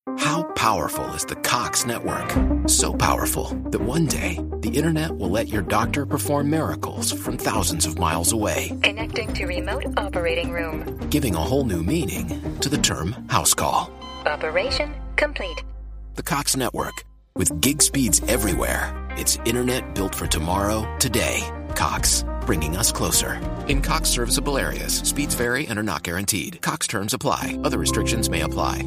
How powerful is the Cox network? So powerful that one day, the internet will let your doctor perform miracles from thousands of miles away. Connecting to remote operating room. Giving a whole new meaning to the term house call. Operation complete. The Cox network. With gig speeds everywhere. It's internet built for tomorrow, today. Cox, bringing us closer. In Cox serviceable areas, speeds vary and are not guaranteed. Cox terms apply. Other restrictions may apply.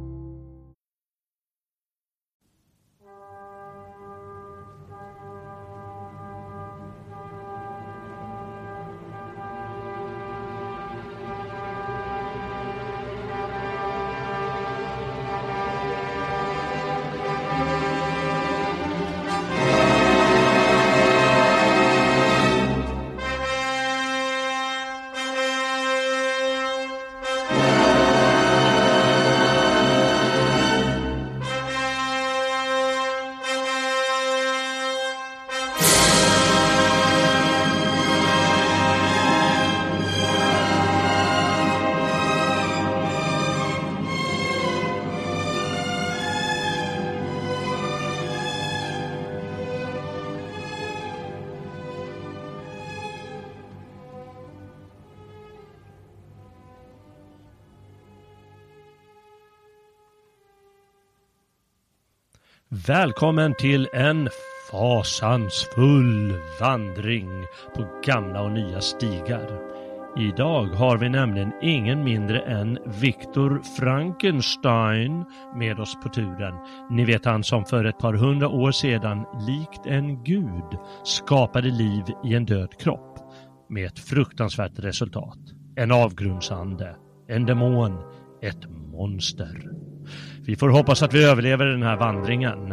Välkommen till en fasansfull vandring på gamla och nya stigar. Idag har vi nämligen ingen mindre än Victor Frankenstein med oss på turen. Ni vet, han som för ett par 100 år sedan likt en gud skapade liv i en död kropp med ett fruktansvärt resultat. En avgrundsande, en demon, ett monster. Vi får hoppas att vi överlever den här vandringen.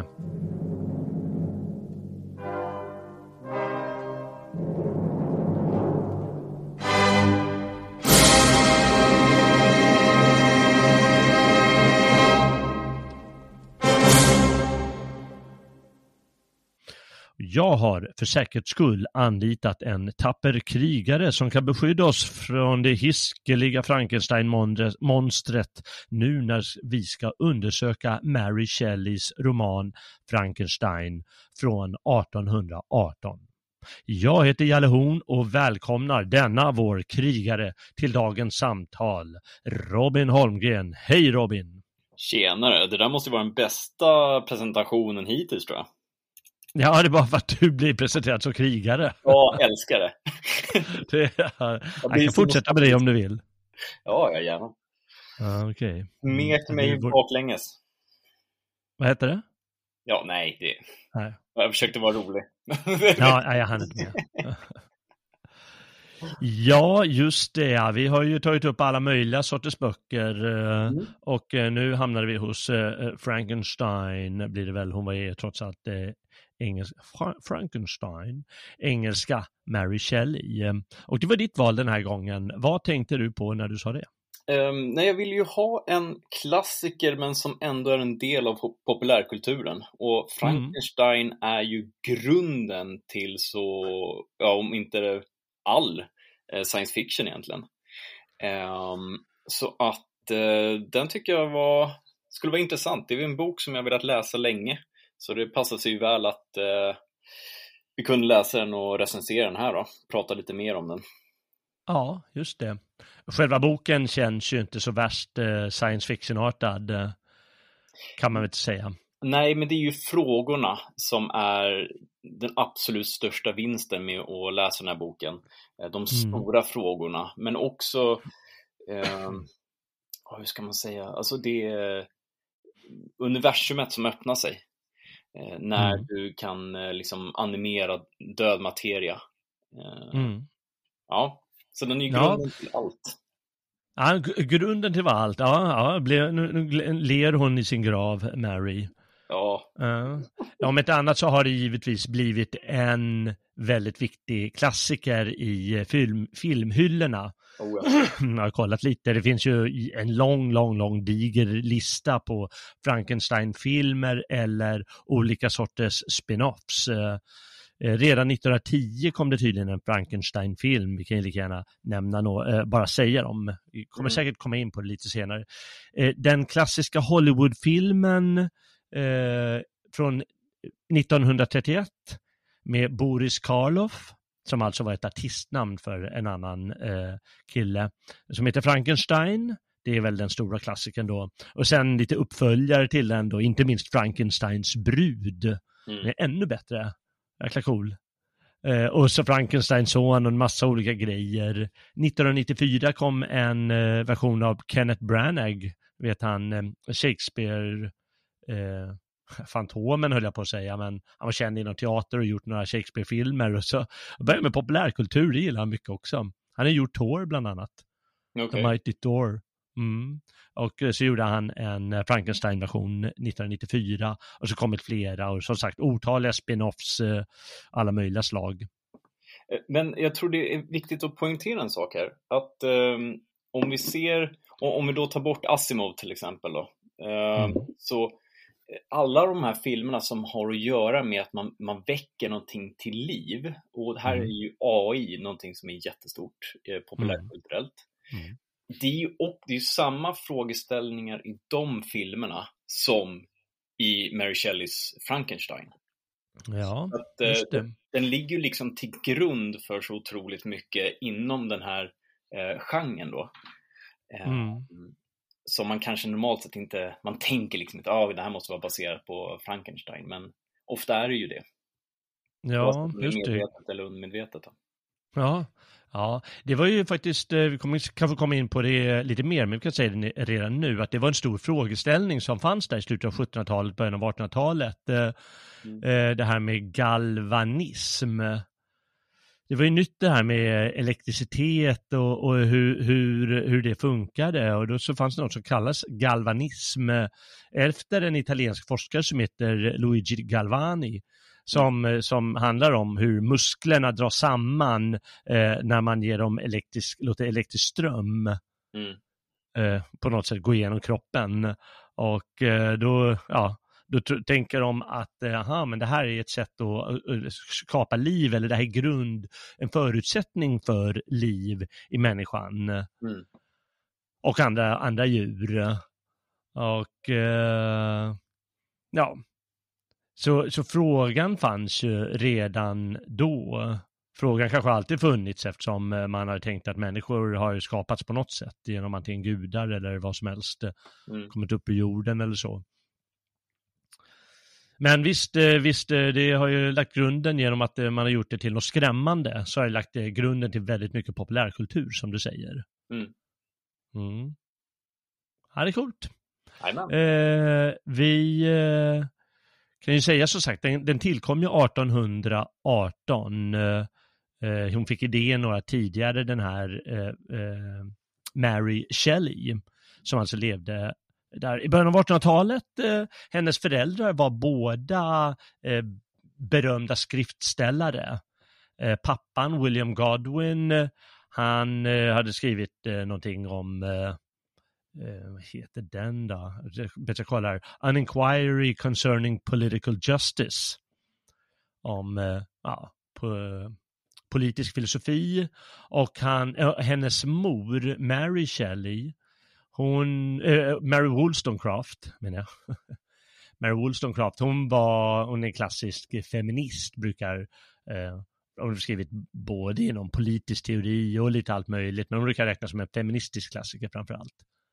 Jag har för säkerhets skull anlitat en tapper krigare som kan beskydda oss från det hiskeliga Frankenstein-monstret nu när vi ska undersöka Mary Shelleys roman Frankenstein från 1818. Jag heter Jalle Horn och välkomnar denna vår krigare till dagens samtal, Robin Holmgren. Hej Robin! Tjenare, det där måste vara den bästa presentationen hittills, tror jag. Ja, det är bara för att du blir presenterad som krigare. Ja, älskar det. Jag kan fortsätta med det om du vill. Ja, jag gärna. Okej. Mek mig baklänges. Vad heter det? Ja, nej. Nej. Jag försökte vara rolig. Ja, jag hann inte med. Ja, just det. Vi har ju tagit upp alla möjliga sorters böcker och nu hamnade vi hos Frankenstein, blir det väl. Hon var ju trots allt Frankenstein, engelska Mary Shelley. Och det var ditt val den här gången. Vad tänkte du på när du sa det? Nej, jag vill ju ha en klassiker men som ändå är en del av populärkulturen. Och Frankenstein är ju grunden till så, ja, om inte all science fiction egentligen. Så att den tycker jag skulle vara intressant. Det är en bok som jag velat läsa länge. Så det passar sig ju väl att vi kunde läsa den och recensera den här då. Prata lite mer om den. Ja, just det. Själva boken känns ju inte så värst science fiction-artad, kan man väl inte säga. Nej, men det är ju frågorna som är den absolut största vinsten med att läsa den här boken. De stora frågorna, men också hur ska man säga? Alltså det är universumet som öppnar sig. När du kan liksom animera död materia. Ja, så den är ju grunden till allt. Ja, grunden till allt. Ja, nu ler hon i sin grav, Mary. Ja. Om ett annat så har det givetvis blivit en väldigt viktig klassiker i filmhyllorna. Jag har kollat lite. Det finns ju en lång diger lista på Frankenstein-filmer eller olika sorters spin-offs. Redan 1910 kom det tydligen en Frankenstein-film. Vi kan ju lika gärna nämna bara säga dem. Vi kommer säkert komma in på det lite senare. Den klassiska Hollywood-filmen från 1931 med Boris Karloff, som alltså var ett artistnamn för en annan kille, som heter Frankenstein. Det är väl den stora klassikern då. Och sen lite uppföljare till den då, inte minst Frankensteins brud. Det är ännu bättre. Jäkla cool. Och så Frankensteins son och en massa olika grejer. 1994 kom en version av Kenneth Branagh, vet han, Shakespeare Fantomen höll jag på att säga, men han var känd inom teater och gjort några Shakespeare-filmer, och så började med populärkultur, det gillar han mycket också. Han har gjort Thor bland annat. Okay. The Mighty Thor. Och så gjorde han en Frankenstein-version 1994, och så kommit flera, och som sagt otaliga spin-offs, alla möjliga slag. Men jag tror det är viktigt att poängtera en sak här, att om vi då tar bort Asimov till exempel då, så alla de här filmerna som har att göra med att man väcker någonting till liv, och här är ju AI någonting som är jättestort populärkulturellt. Det är ju samma frågeställningar i de filmerna som i Mary Shelleys Frankenstein. Ja, att, den ligger ju liksom till grund för så otroligt mycket inom den här genren då. Som man kanske normalt sett inte, man tänker liksom inte det här måste vara baserat på Frankenstein, men ofta är det ju det. Ja, just det. Medvetet eller undermedvetet då. Ja, det var ju faktiskt, vi kommer kanske komma in på det lite mer, men vi kan säga det redan nu, att det var en stor frågeställning som fanns där i slutet av 1700-talet, början av 1800-talet. Det här med galvanism. Det var ju nytt det här med elektricitet och hur det funkade, och då så fanns det något som kallas galvanism efter en italiensk forskare som heter Luigi Galvani, som handlar om hur musklerna dras samman när man ger dem låter elektrisk ström på något sätt gå igenom kroppen, och då tänker de att men det här är ett sätt att skapa liv, eller det här är en förutsättning för liv i människan och andra djur. Och så frågan fanns ju redan då. Frågan kanske alltid funnits, eftersom man har tänkt att människor har skapats på något sätt genom antingen gudar eller vad som helst, kommit upp ur jorden eller så. Men visst, det har ju lagt grunden genom att man har gjort det till något skrämmande, så har det lagt grunden till väldigt mycket populärkultur, som du säger. Ja, det är coolt. Vi kan ju säga så sagt, den tillkom ju 1818. Hon fick idén några tidigare, den här Mary Shelley, som alltså levde där i början av 1800-talet. Hennes föräldrar var båda berömda skriftställare. Pappan, William Godwin, han hade skrivit någonting om vad heter den då? Bättre kolla här. An Inquiry Concerning Political Justice. Om politisk filosofi. Och hennes mor, Mary Shelley, Mary Wollstonecraft menar jag. Mary Wollstonecraft, hon är en klassisk feminist, hon har skrivit både inom politisk teori och lite allt möjligt, men hon brukar räknas som en feministisk klassiker framförallt.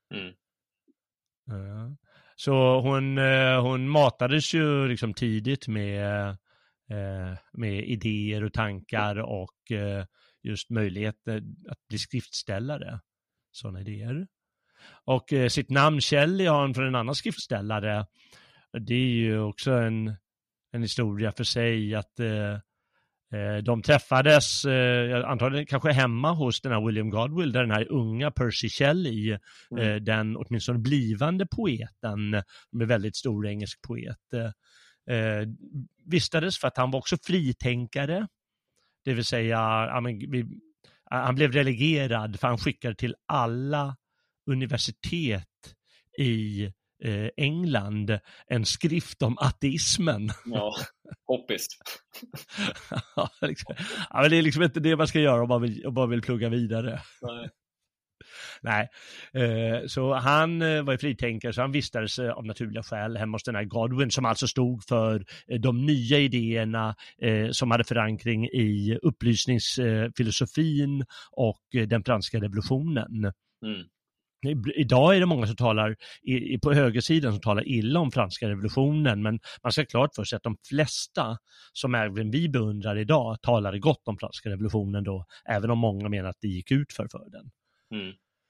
Så hon matades ju liksom tidigt med idéer och tankar och just möjligheter att bli skriftställare, sådana idéer. Och sitt namn Shelley har hon från en annan skriftställare. Det är ju också en historia för sig, att de träffades antagligen kanske hemma hos den här William Godwin, där den här unga Percy Shelley, den åtminstone blivande poeten, med väldigt stor engelsk poet, vistades för att han var också fritänkare. Det vill säga, han blev relegerad för han skickade till alla universitet i England en skrift om ateismen. Ja, hoppis. Ja, men det är liksom inte det man ska göra om man vill plugga vidare. Nej. Nej, så han var ju fritänkare, så han vistades av naturliga skäl hemma hos den här Godwin, som alltså stod för de nya idéerna som hade förankring i upplysningsfilosofin och den franska revolutionen. Mm. Idag är det många som talar på högersidan som talar illa om franska revolutionen, men man ska klart för sig att de flesta som även vi beundrar idag talade gott om franska revolutionen då, även om många menar att det gick ut för den. Mm.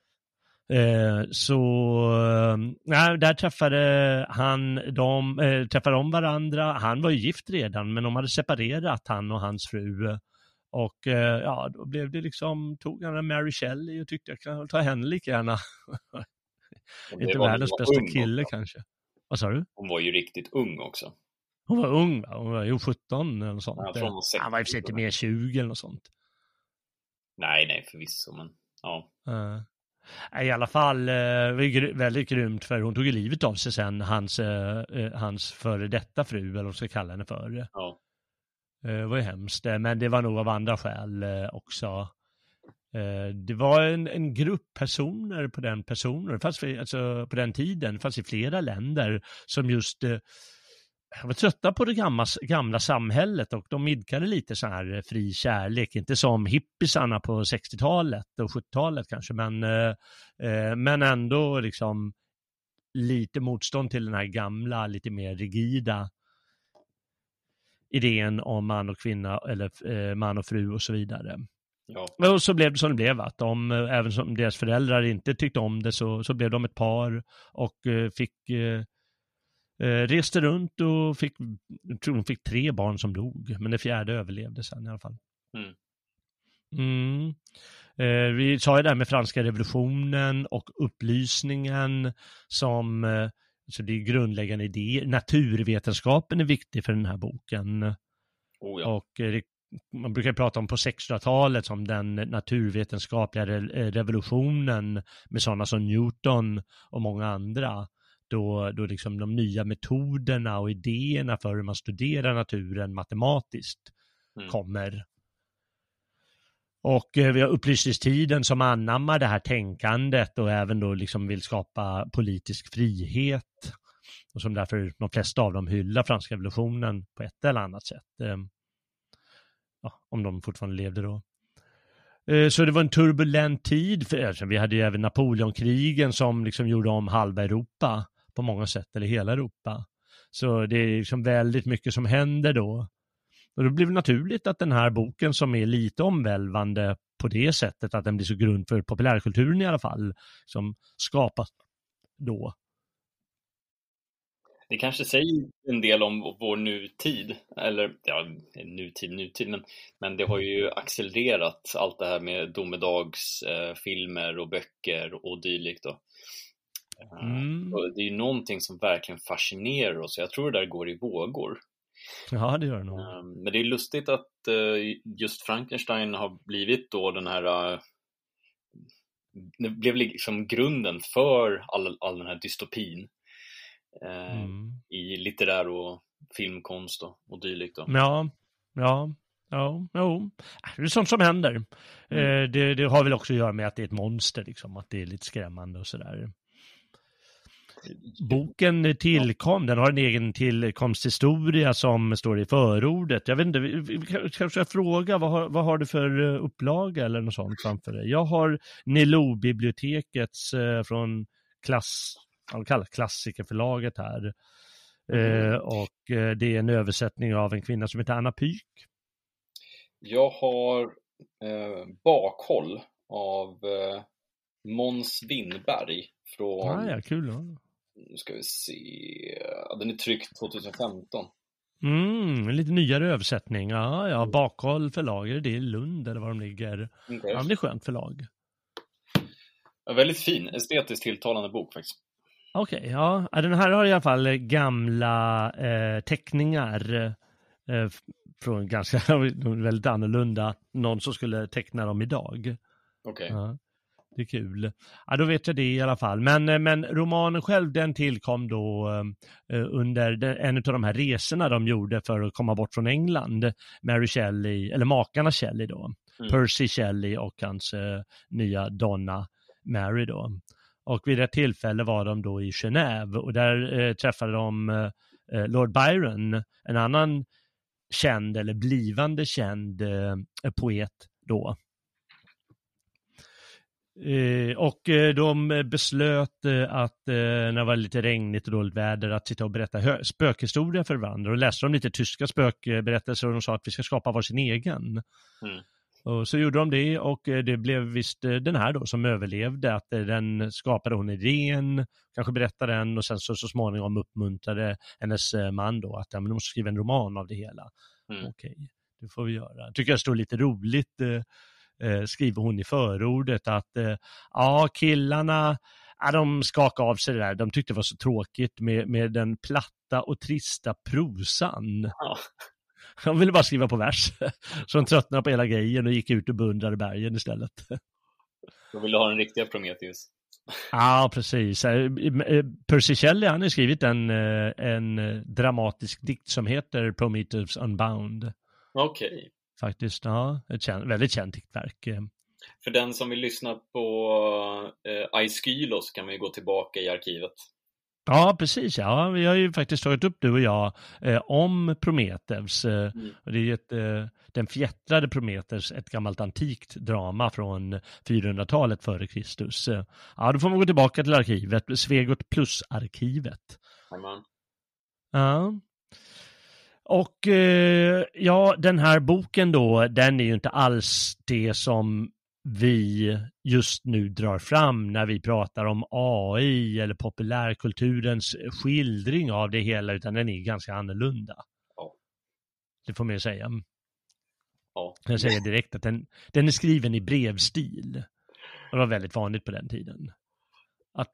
Där träffade de varandra. Han var ju gift redan, men de hade separerat, han och hans fru. Och då blev det liksom, tog han Mary Shelley och tyckte jag kan ta henne lika gärna. Inte världens bästa kille också. Kanske. Vad sa du? Hon var ju riktigt ung också. Hon var ung, va? Hon var ju 17 eller något sånt. Han var ju inte mer 20 eller något sånt. Nej, förvisso, men ja. I alla fall väldigt grymt, för hon tog ju livet av sig sen, hans före detta fru, eller vad man ska kalla henne för. Ja. Det var ju hemskt, men det var nog av andra skäl också. Det var en grupp personer på den tiden, fanns i flera länder som just var trötta på det gamla samhället, och de idkade lite så här fri kärlek, inte som hippisarna på 60-talet och 70-talet kanske, men ändå liksom lite motstånd till den här gamla, lite mer rigida idén om man och kvinna eller man och fru och så vidare. Ja. Och så blev det som det blev, att även som deras föräldrar inte tyckte om det, så blev de ett par och reste runt och fick 3 barn som dog, men det 4:e överlevde sen i alla fall. Vi sa ju det här med franska revolutionen och upplysningen som så det är grundläggande idéer. Naturvetenskapen är viktig för den här boken. Ja. Och man brukar prata om på 1600-talet som den naturvetenskapliga revolutionen med sådana som Newton och många andra. Då liksom de nya metoderna och idéerna för hur man studerar naturen matematiskt kommer. Och vi har upplysningstiden som anammar det här tänkandet och även då liksom vill skapa politisk frihet. Och som därför de flesta av dem hyllar franska revolutionen på ett eller annat sätt. Om de fortfarande levde då. Så det var en turbulent tid. För vi hade ju även Napoleonkrigen som liksom gjorde om halva Europa på många sätt, eller hela Europa. Så det är liksom väldigt mycket som händer då. Och då blir det naturligt att den här boken, som är lite omvälvande på det sättet att den blir så grund för populärkulturen i alla fall, som skapas då. Det kanske säger en del om vår nutid, eller ja, nutid, men det har ju accelererat allt det här med domedagsfilmer och böcker och dylikt då. Det är ju någonting som verkligen fascinerar oss. Jag tror det där går i vågor. Ja, det gör det nog. Men det är lustigt att just Frankenstein har blivit då den här det blev liksom grunden för all den här dystopin i litterär och filmkonst och dylikt då. Ja, det är sånt som händer. Det har väl också att göra med att det är ett monster liksom, att det är lite skrämmande och sådär. Boken tillkom, den har en egen tillkomsthistoria som står i förordet. Jag vet inte, vi kanske fråga, vad har du för upplaga eller något sånt framför dig? Jag har Nilo-bibliotekets från klassikerförlaget här. Och det är en översättning av en kvinna som heter Anna Pyk. Jag har Bakhåll av Måns Windberg från... Ja, kul. Nu ska vi se. Den är tryckt 2015. En lite nyare översättning. Ja, Bakhåll förlag, det är Lund eller var de ligger. Okay. Ja, det är skönt förlag. Väldigt fin, estetiskt tilltalande bok faktiskt. Okej, ja. Den här har i alla fall gamla teckningar från ganska väldigt annorlunda. Någon som skulle teckna dem idag. Okej. Ja. Det är kul. Ja, då vet jag det i alla fall. Men romanen själv, den tillkom då under en av de här resorna de gjorde för att komma bort från England. Mary Shelley, eller makarna Shelley då. Percy Shelley och hans nya donna Mary då. Och vid ett tillfälle var de då i Genève och där träffade de Lord Byron, en annan känd eller blivande känd poet då. Och de beslöt att när det var lite regnigt och dåligt väder att sitta och berätta spökhistorier för varandra och läste de lite tyska spökberättelser och de sa att vi ska skapa var sin egen. Och så gjorde de det och det blev visst den här då som överlevde, att den skapade hon idén, kanske berättade den och sen så småningom uppmuntrade hennes man då att de måste skriva en roman av det hela. Okej, det får vi göra. Tycker jag står lite roligt, skriver hon i förordet att killarna, de skakade av sig det där. De tyckte det var så tråkigt med den platta och trista prosan. Ja. De ville bara skriva på vers. Så de tröttnade på hela grejen och gick ut och beundrade bergen istället. De ville ha den riktiga Prometheus. Ja, precis. Percy Shelley, han har skrivit en dramatisk dikt som heter Prometheus Unbound. Okej. Faktiskt, ja. Ett väldigt känt diktverk. För den som vill lyssna på Aeschylus kan man ju gå tillbaka i arkivet. Ja, precis. Ja. Vi har ju faktiskt tagit upp, du och jag, om Prometheus. Och det är ju den fjättrade Prometheus, ett gammalt antikt drama från 400-talet före Kristus. Ja, då får man gå tillbaka till arkivet, Svegot Plus-arkivet. Amen. Ja. Och den här boken då, den är ju inte alls det som vi just nu drar fram när vi pratar om AI eller populärkulturens skildring av det hela, utan den är ganska annorlunda. Ja. Det får man ju säga. Ja. Jag säger direkt att den är skriven i brevstil. Och det var väldigt vanligt på den tiden. Att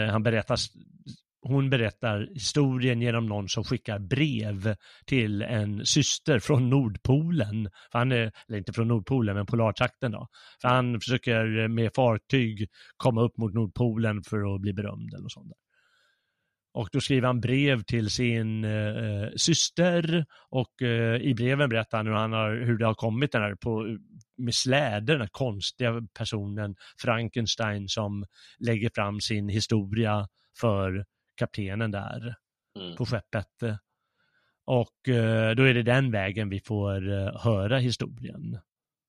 hon berättar historien genom någon som skickar brev till en syster från Nordpolen. Eller inte från Nordpolen, men Polartrakten då. För han försöker med fartyg komma upp mot Nordpolen för att bli berömd eller sånt där. Och då skriver han brev till sin syster och i breven berättar han hur det har kommit den här med släder, den här konstiga personen Frankenstein som lägger fram sin historia för kaptenen där på skeppet. Och då är det den vägen vi får höra historien.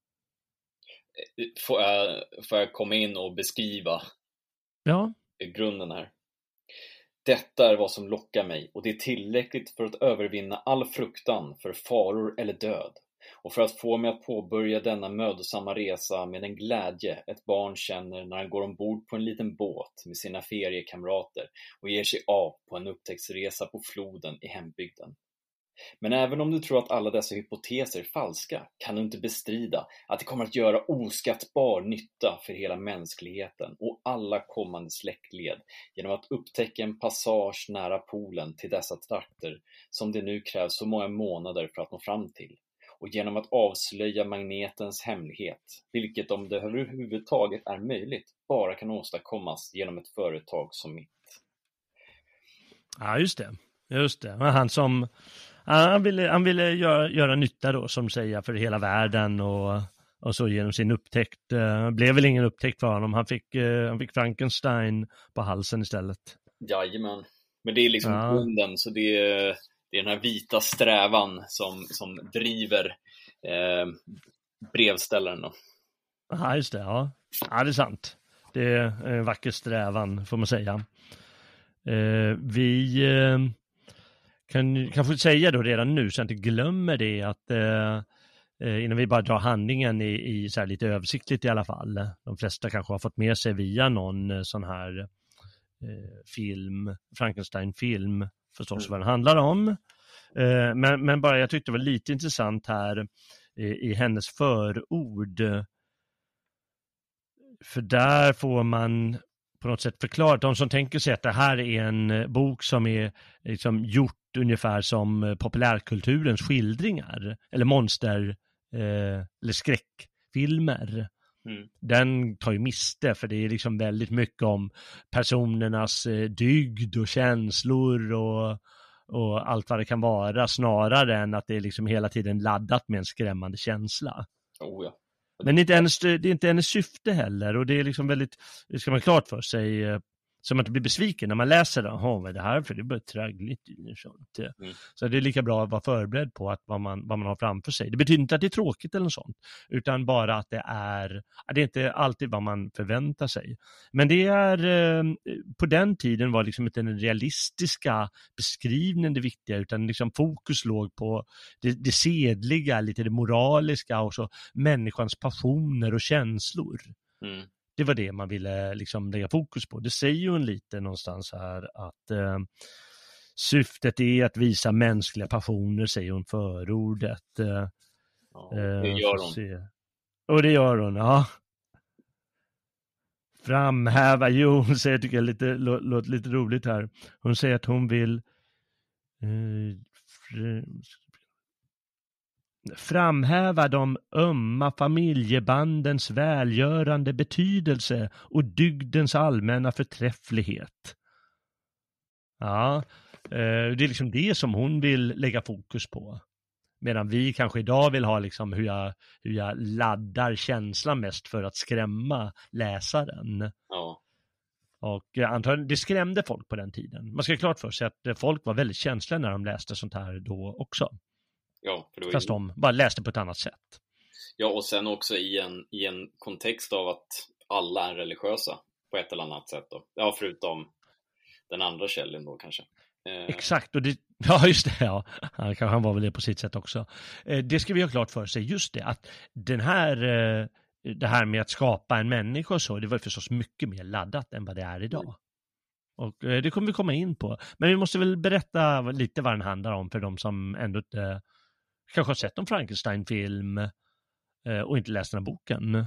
Får jag komma in och beskriva grunden här? Detta är vad som lockar mig, och det är tillräckligt för att övervinna all fruktan för faror eller död, och för att få mig att påbörja denna mödosamma resa med en glädje ett barn känner när han går ombord på en liten båt med sina feriekamrater och ger sig av på en upptäcktsresa på floden i hembygden. Men även om du tror att alla dessa hypoteser är falska kan du inte bestrida att det kommer att göra oskattbar nytta för hela mänskligheten och alla kommande släktled genom att upptäcka en passage nära polen till dessa trakter som det nu krävs så många månader för att nå fram till, och genom att avslöja magnetens hemlighet, vilket om det överhuvudtaget är möjligt bara kan åstadkommas genom ett företag som mitt. Ja, just det. Han ville göra nytta då, som säger, för hela världen och så genom sin upptäckt. Blev väl ingen upptäckt för honom. Han fick Frankenstein på halsen istället. Jajamän. Men det är liksom grunden, så det är den här vita strävan som driver brevställaren då. Ja, just det. Ja, det är sant. Det är en vacker strävan, får man säga. Vi kan få säga då redan nu, så att jag inte glömmer det, att innan vi bara drar handlingen i så här lite översiktligt i alla fall. De flesta kanske har fått med sig via någon sån här film, Frankenstein-film, förstås vad den handlar om. Men bara jag tyckte det var lite intressant här i hennes förord. För där får man på något sätt förklarat, de som tänker sig att det här är en bok som är liksom gjort ungefär som populärkulturens skildringar eller monster eller skräckfilmer. Den tar ju miste, för det är liksom väldigt mycket om personernas dygd och känslor och allt vad det kan vara, snarare än att det är liksom hela tiden laddat med en skrämmande känsla. Oh ja. Men det är inte hennes syfte heller, och det är liksom väldigt, det ska man klart för sig, så man inte blir besviken när man läser det. Vad är det här? För det blir traggligt. Så det är lika bra att vara förberedd på att vad man har framför sig. Det betyder inte att det är tråkigt eller något sånt, utan bara att det är inte alltid vad man förväntar sig. Men det är, på den tiden var liksom inte den realistiska beskrivningen det viktiga, utan liksom fokus låg på det sedliga, lite det moraliska, och så människans passioner och känslor. Det var det man ville liksom lägga fokus på. Det säger ju en lite någonstans här att syftet är att visa mänskliga passioner, säger hon förordet. Ja, det gör hon. Och det gör hon, ja. Framhäva, hon säger, tycker jag låter lite roligt här. Hon säger att hon vill framhäva de ömma familjebandens välgörande betydelse och dygdens allmänna förträfflighet. Ja, det är liksom det som hon vill lägga fokus på. Medan vi kanske idag vill ha liksom hur jag laddar känslan mest för att skrämma läsaren. Ja. Och antagligen, det skrämde folk på den tiden. Man ska klart för sig att folk var väldigt känsliga när de läste sånt här då också. Ja, för fast de bara läste på ett annat sätt. Ja, och sen också i en kontext av att alla är religiösa på ett eller annat sätt då. Ja, förutom den andra källen då kanske. Exakt, och ja just det, ja. Han var väl det på sitt sätt också. Det ska vi ha klart för sig, just det, att det här med att skapa en människa och så, det var förstås mycket mer laddat än vad det är idag. Och det kommer vi komma in på. Men vi måste väl berätta lite vad den handlar om för de som ändå inte kanske har sett en Frankenstein-film och inte läst den här boken.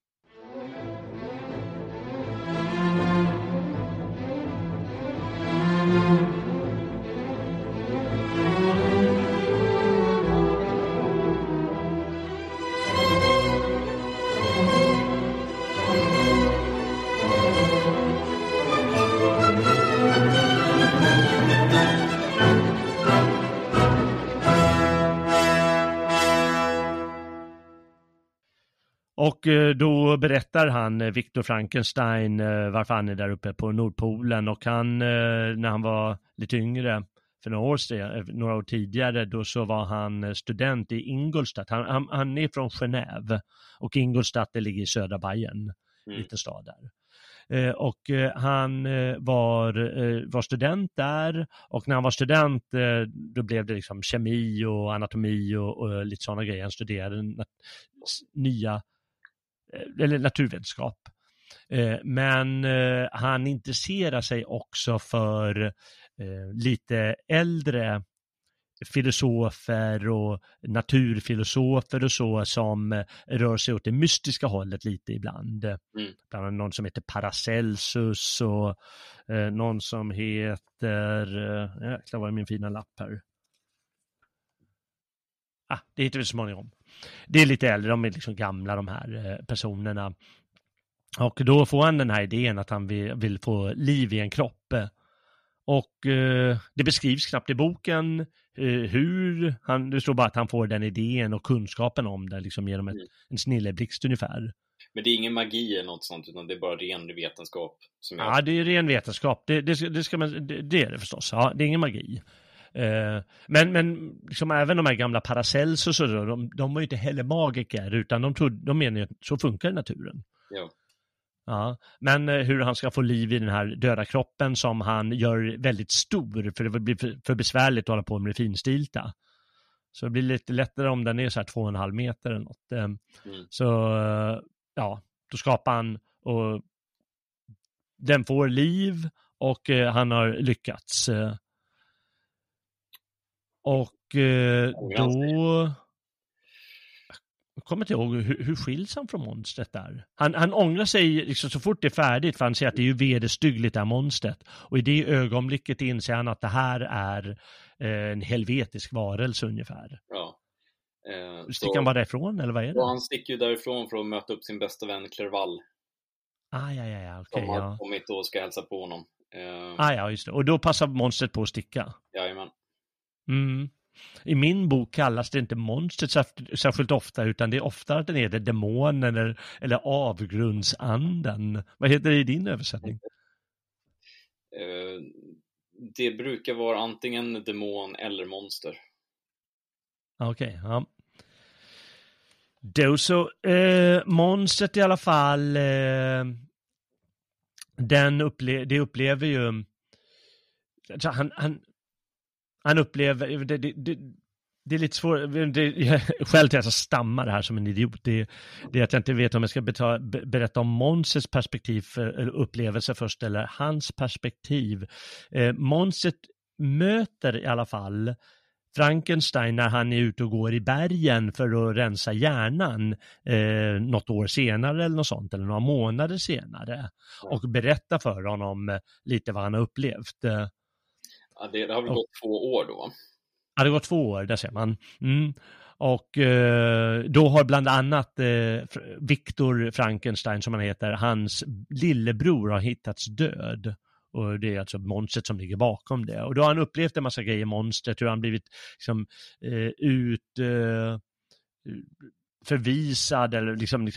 Och då berättar han, Victor Frankenstein, varför han är där uppe på Nordpolen. Och han, när han var lite yngre, för några år tidigare, då så var han student i Ingolstadt. Han är från Genève, och Ingolstadt, det ligger i södra Bayern, liten stad där. Och han var student där, och när han var student då blev det liksom kemi och anatomi och lite sådana grejer. Han studerade naturvetenskap. Men han intresserar sig också för lite äldre filosofer och naturfilosofer och så, som rör sig åt det mystiska hållet lite ibland. Bland annat någon som heter Paracelsus och någon som heter jäklar, vad är min fina lapp här? Det heter vi så småningom. Det är lite äldre, de är liksom gamla, de här personerna. Och då får han den här idén att han vill få liv i en kropp. Och det beskrivs knappt i boken hur det står bara att han får den idén och kunskapen om det liksom genom en snilleblixt ungefär. Men det är ingen magi eller något sånt, utan det är bara ren vetenskap. Ja, det är ren vetenskap. Det är det förstås. Ja, det är ingen magi. Men liksom även de här gamla Paracelsus och så, de var ju inte heller magiker, utan de menar ju att så funkar naturen. Ja, men hur han ska få liv i den här döda kroppen som han gör väldigt stor, för det blir för besvärligt att hålla på med det finstilta. Så det blir lite lättare om den är så här 2,5 meter eller något. Så ja, då skapar han, och den får liv, och han har lyckats. Och då kommer inte ihåg hur skiljs han från monstret där. Han ångrar sig liksom så fort det är färdigt, för han säger att det är ju vederstyggligt det här monstret. Och i det ögonblicket inser han att det här är en helvetisk varelse ungefär. Ja. Sticker han bara därifrån, eller vad är det? Han sticker ju därifrån för att möta upp sin bästa vän Clerval. Ja. Okay, som har kommit och ska hälsa på honom. Ja, just det. Och då passar monstret på att sticka. Jajamän. I min bok kallas det inte monstret särskilt ofta, utan det är ofta att den heter demonen eller avgrundsanden. Vad heter det i din översättning? Det brukar vara antingen demon eller monster. Okej, ja. Då så, monstret i alla fall, det upplever ju, alltså han upplever, det är lite svårt, skälet till att jag stammar här som en idiot, det är att jag inte vet om jag ska berätta om monstrets perspektiv eller upplevelse först, eller hans perspektiv. Monstret möter i alla fall Frankenstein när han är ute och går i bergen för att rensa hjärnan något år senare eller något sånt, eller några månader senare, och berätta för honom lite vad han har upplevt. Ja, det har väl gått 2 år då? Ja, det har gått 2 år, där ser man. Och då har bland annat Victor Frankenstein, som han heter, hans lillebror har hittats död. Och det är alltså monstret som ligger bakom det. Och då har han upplevt en massa grejer, monstret, hur han blivit liksom, förvisad eller liksom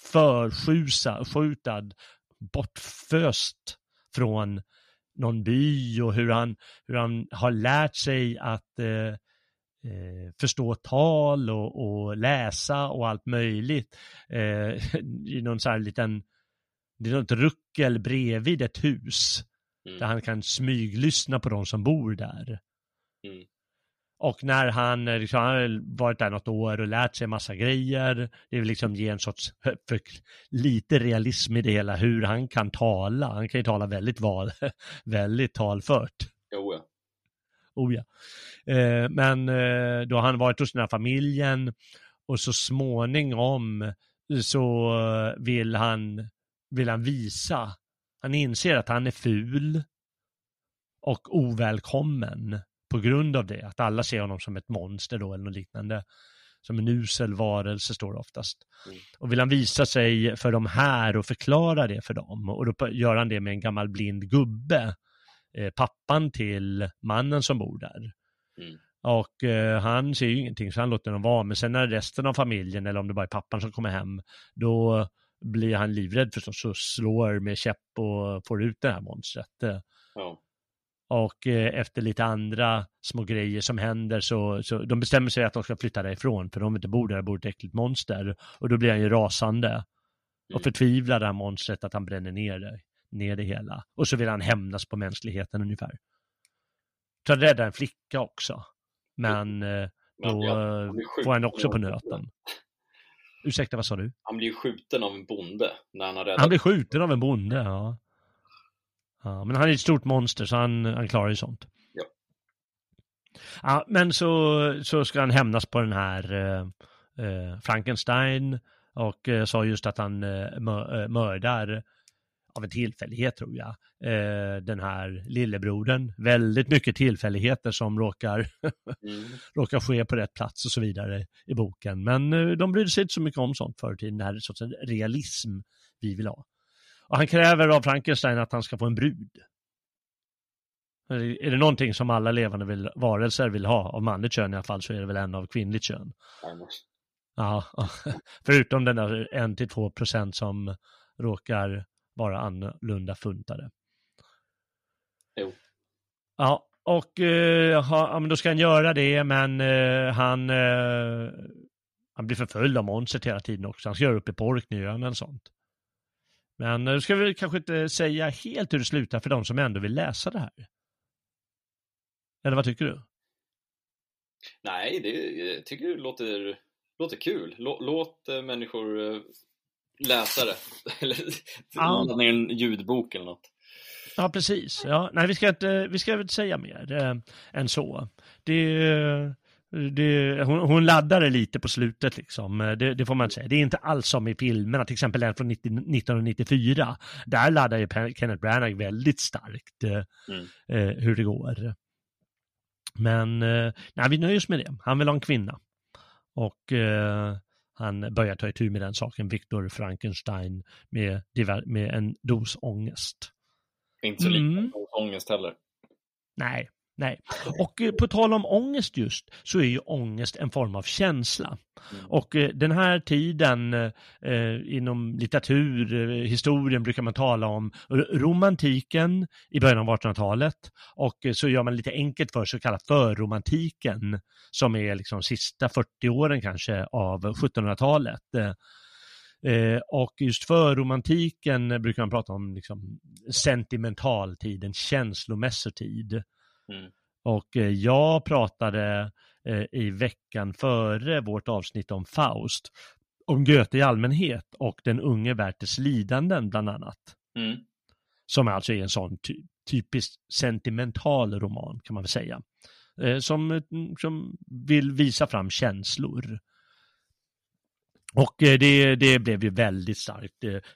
bortföst från någon by, och hur han har lärt sig att förstå tal och läsa och allt möjligt i någon så här liten, det är något ruckel bredvid ett hus där han kan smyglyssna på de som bor där. Och när han har varit där något år och lärt sig massa grejer, det vill liksom ge en sorts lite realism i det hela, hur han kan tala. Han kan ju tala väldigt talfört. Oh ja. Men då har han varit hos den här familjen, och så småningom så vill han visa, han inser att han är ful och ovälkommen på grund av det, att alla ser honom som ett monster då, eller något liknande, som en usel varelse står det oftast. Och vill han visa sig för de här och förklara det för dem, och då gör han det med en gammal blind gubbe, pappan till mannen som bor där. Och han ser ju ingenting, så han låter dem vara, men sen när resten av familjen, eller om det bara är pappan som kommer hem, då blir han livrädd förstås, så slår med käpp och får ut det här monstret. Och efter lite andra små grejer som händer, så de bestämmer sig att de ska flytta därifrån, för de inte bor där, bor ett äckligt monster. Och då blir han ju rasande och förtvivlar det här monstret, att han bränner ner det hela. Och så vill han hämnas på mänskligheten ungefär. Så han räddar en flicka också, men då får han också på nöten. Ursäkta, vad sa du? Han blir skjuten av en bonde när han har räddat. Han blir skjuten av en bonde, ja. Ja, men han är ett stort monster, så han klarar ju sånt. Ja, men så ska han hämnas på den här Frankenstein, och sa just att han mördar av en tillfällighet, tror jag, den här lillebrodern. Väldigt mycket tillfälligheter som råkar ske på rätt plats och så vidare i boken. Men de brydde sig inte så mycket om sånt förr i tiden. Det här är sorts realism vi vill ha. Och han kräver av Frankenstein att han ska få en brud. Är det någonting som alla levande varelser vill ha, av manligt kön i alla fall, så är det väl en av kvinnligt kön. Ja, förutom den där 1-2% som råkar vara annorlunda funtade. Jo. Ja, och men då ska han göra det, men han blir förföljd av monstret hela tiden också. Han ska göra upp i Porknyön eller sånt. Men nu ska vi kanske inte säga helt hur det slutar för de som ändå vill läsa det här. Eller vad tycker du? Nej, jag tycker det låter kul. Låt människor läsa det. Eller ladda ner en ljudbok eller något. Ja, precis. Ja, nej, vi ska inte säga mer än så. Hon laddade lite på slutet liksom. Det får man säga. Det är inte alls som i filmerna, till exempel den från 1994. Där laddar ju Kenneth Branagh väldigt starkt hur det går. Men nej, vi nöjer oss med det. Han vill ha en kvinna. Och han börjar ta itu med den saken, Victor Frankenstein, med en dos ångest. Inte så lite ångest heller. Nej. Och på tal om ångest just, så är ju ångest en form av känsla. Och den här tiden inom historien brukar man tala om romantiken i början av 1800-talet, och så gör man lite enkelt för så kallad förromantiken, som är liksom sista 40 åren kanske av 1700-talet. Och just förromantiken brukar man prata om liksom sentimental tid, en känslomässig tid. Och jag pratade i veckan före vårt avsnitt om Faust, om Goethe i allmänhet och den unge Werthers lidanden bland annat. Som alltså är en sån typisk sentimental roman, kan man väl säga. Som vill visa fram känslor. Och det blev ju väldigt starkt.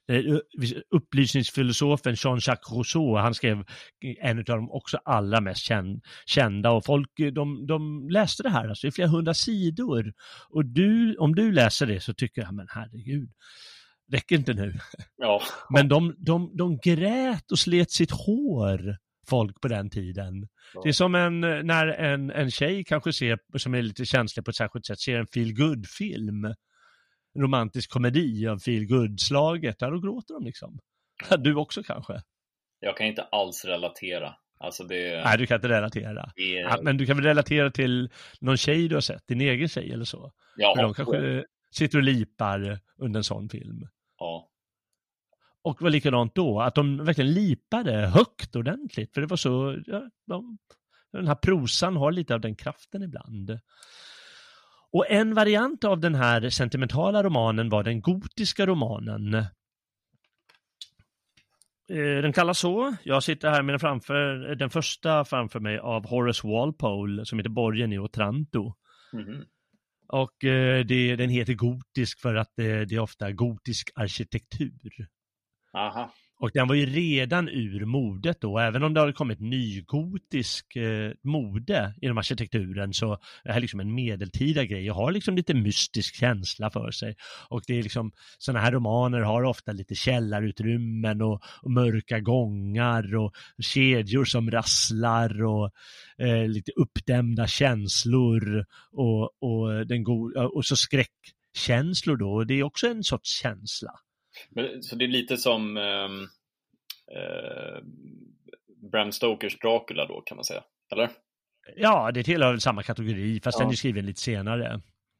Upplysningsfilosofen Jean-Jacques Rousseau, han skrev en av de också allra mest kända, och folk de läste det här alltså i flera 100 sidor. Och om du läser det så tycker jag, men herregud, räcker inte nu. Ja. Men de grät och slet sitt hår, folk på den tiden. Ja. Det är som när en tjej kanske ser, som är lite känslig på ett särskilt sätt, ser en feel-good-film, romantisk komedi av feel-good-slaget, där då gråter de liksom. Du också kanske? Jag kan inte alls relatera. Alltså Nej, du kan inte relatera. Men du kan väl relatera till någon tjej du har sett, din egen tjej eller så. Ja. De kanske sitter och lipar under en sån film. Ja. Och var likadant då, att de verkligen lipade högt ordentligt. För det var så, den här prosan har lite av den kraften ibland. Och en variant av den här sentimentala romanen var den gotiska romanen. Den kallas så. Jag sitter här med den första framför mig av Horace Walpole, som heter Borgen i Otranto. Och den heter gotisk för att det är ofta gotisk arkitektur. Aha. Och den var ju redan ur modet då, även om det har kommit nygotisk mode inom arkitekturen, så är det här liksom en medeltida grej och har liksom lite mystisk känsla för sig. Och det är liksom, sådana här romaner har ofta lite källarutrymmen och mörka gångar och kedjor som rasslar och lite uppdämda känslor och så skräckkänslor då. Det är också en sorts känsla. Men, så det är lite som Bram Stokers Dracula då, kan man säga, eller? Ja, det tillhör samma kategori, fast den är skriven lite senare.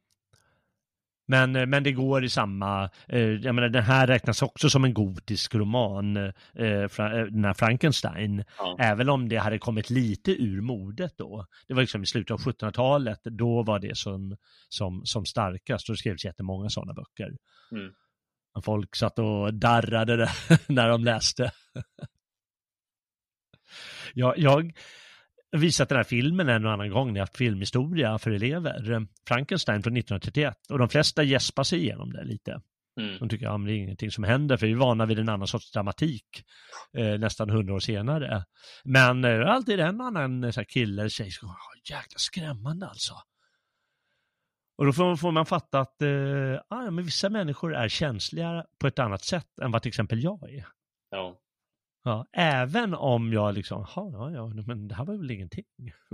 Men det går i samma, jag menar, den här räknas också som en gotisk roman, den här Frankenstein, även om det hade kommit lite ur modet då. Det var liksom i slutet av 1700-talet, då var det som starkast, och det skrevs jättemånga sådana böcker. Folk satt och darrade det när de läste. Jag har visat den här filmen en och annan gång när jag haft filmhistoria för elever. Frankenstein från 1931. Och de flesta gäspar sig igenom det lite. De tycker att det är ingenting som händer, för vi är vana vid en annan sorts dramatik nästan 100 år senare. Men alltid en annan så här kille eller tjej som jäkla skrämmande alltså. Och då får man fatta att men vissa människor är känsliga på ett annat sätt än vad till exempel jag är. Ja, även om jag liksom, men det här var väl ingenting.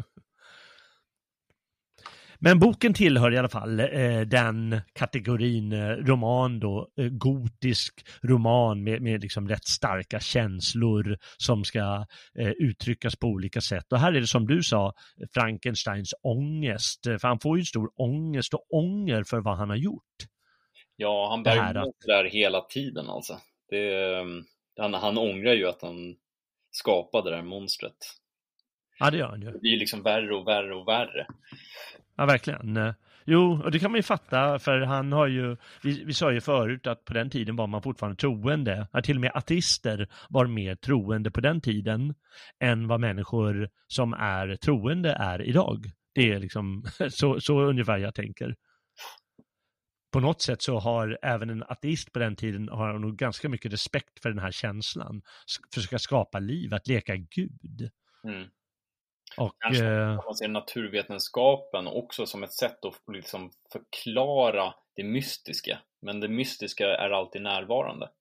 Men boken tillhör i alla fall den kategorin roman då, gotisk roman med liksom rätt starka känslor som ska uttryckas på olika sätt. Och här är det, som du sa, Frankensteins ångest. För han får ju stor ångest och ånger för vad han har gjort. Ja, han bär ju där hela tiden alltså. Han ångrar ju att han skapade det här monstret. Ja, det gör han ju. Det blir liksom värre och värre och värre. Ja, verkligen. Jo, och det kan man ju fatta, för han har ju, vi sa ju förut att på den tiden var man fortfarande troende. Att till och med ateister var mer troende på den tiden än vad människor som är troende är idag. Det är liksom så ungefär jag tänker. På något sätt så har även en ateist på den tiden har nog ganska mycket respekt för den här känslan. Försöka skapa liv, att leka Gud. Och, man ser naturvetenskapen också som ett sätt att liksom förklara det mystiska. Men det mystiska är alltid närvarande.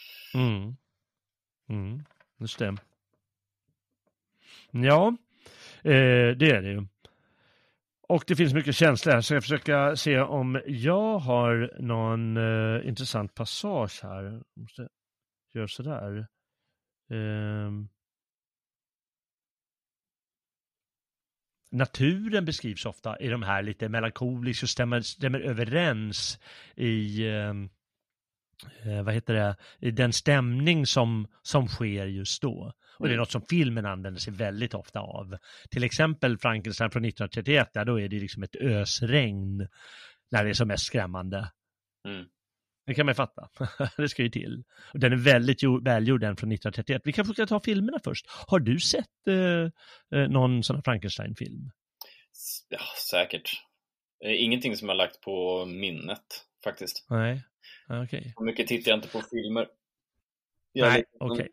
Just det. Ja, det är det ju. Och det finns mycket känslor här, så jag försöker se om jag har någon intressant passage här. Jag måste göra sådär. Naturen beskrivs ofta i de här lite melankoliska och stämmer överens i i den stämning som sker just då. Och det är något som filmen använder sig väldigt ofta av. Till exempel Frankenstein från 1931, där då är det liksom ett ösregn när det är som mest skrämmande. Det kan man fatta. Det ska ju till. Och den är väldigt välgjord, den från 1931. Vi kanske ska ta filmerna först. Har du sett någon sån här Frankenstein-film? Ja, säkert. Ingenting som jag lagt på minnet, faktiskt. Nej, okej. Så mycket tittar jag inte på filmer. Nej, okej.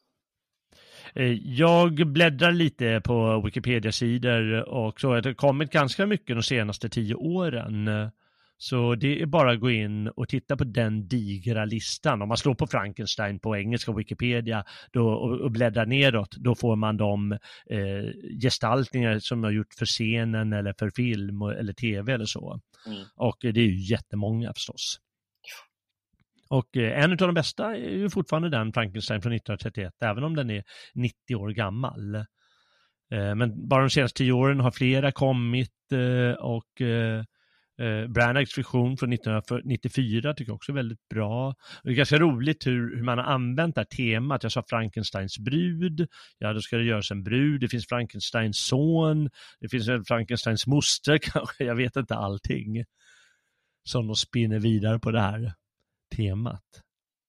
Jag bläddrar lite på Wikipedia-sidor och så har det kommit ganska mycket de senaste 10 åren. Så det är bara att gå in och titta på den digra listan. Om man slår på Frankenstein på engelska Wikipedia och bläddrar neråt, då får man de gestaltningar som har gjort för scenen eller för film eller tv eller så. Och det är ju jättemånga förstås. Och en av de bästa är ju fortfarande den Frankenstein från 1931, även om den är 90 år gammal. Men bara de senaste 10 åren har flera kommit och Branaghs version från 1994 tycker jag också är väldigt bra. Och det är ganska roligt hur man har använt det här temat. Jag sa Frankensteins brud. Ja, då ska det göras en brud. Det finns Frankensteins son. Det finns Frankensteins moster kanske. Jag vet inte allting. Som de spinner vidare på det här temat.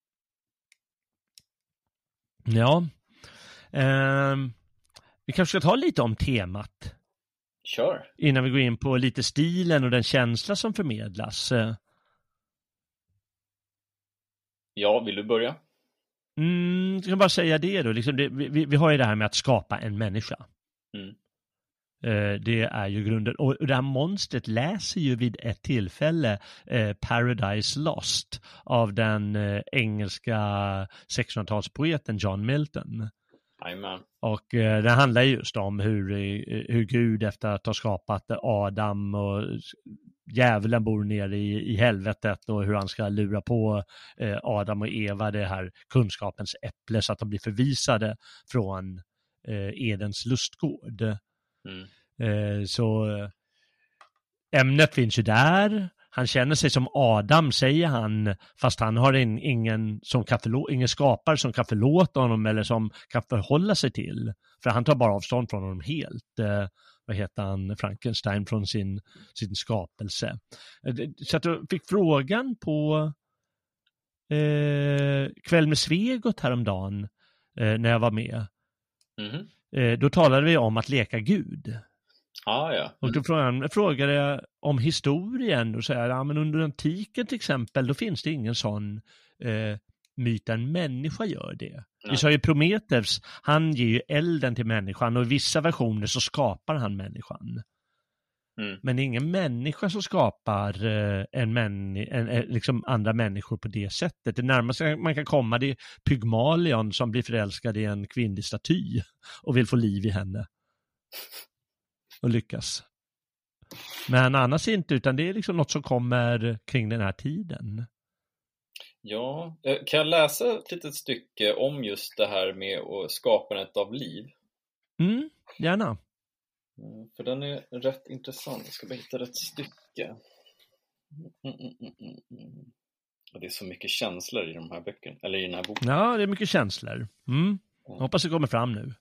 Ja. Vi kanske ska ta lite om temat. Kör. Innan vi går in på lite stilen och den känsla som förmedlas. Ja, vill du börja? Jag kan bara säga det då. Liksom vi har ju det här med att skapa en människa. Det är ju grunden. Och det här monstret läser ju vid ett tillfälle Paradise Lost av den engelska 1600-talspoeten John Milton. Amen. Och det handlar just om hur Gud efter att ha skapat Adam och djävulen bor nere i helvetet och hur han ska lura på Adam och Eva det här kunskapens äpple så att de blir förvisade från Edens lustgård. Så ämnet finns ju där. Han känner sig som Adam, säger han, fast han har ingen skapare som kan förlåta honom eller som kan förhålla sig till. För han tar bara avstånd från honom helt. Vad heter han? Frankenstein från sin skapelse. Så att jag fick frågan på Kväll med Svegot häromdagen när jag var med. Då talade vi om att leka Gud. Ja. Och då frågade jag om historien och säger ja, men under antiken till exempel då finns det ingen sån myt en människa gör det. Nej. Vi sa ju Prometheus, han ger ju elden till människan och i vissa versioner så skapar han människan. Men det är ingen människa som skapar liksom andra människor på det sättet. Det närmaste man kan komma det är Pygmalion som blir förälskad i en kvinnlig staty och vill få liv i henne. Och lyckas. Men annars inte, utan det är liksom något som kommer kring den här tiden. Ja, kan jag läsa ett litet stycke om just det här med skapandet av liv? Gärna. För den är rätt intressant. Jag ska bara hitta rätt stycke. Och det är så mycket känslor i de här böckerna, eller i den här boken. Ja, det är mycket känslor. Jag hoppas det kommer fram nu.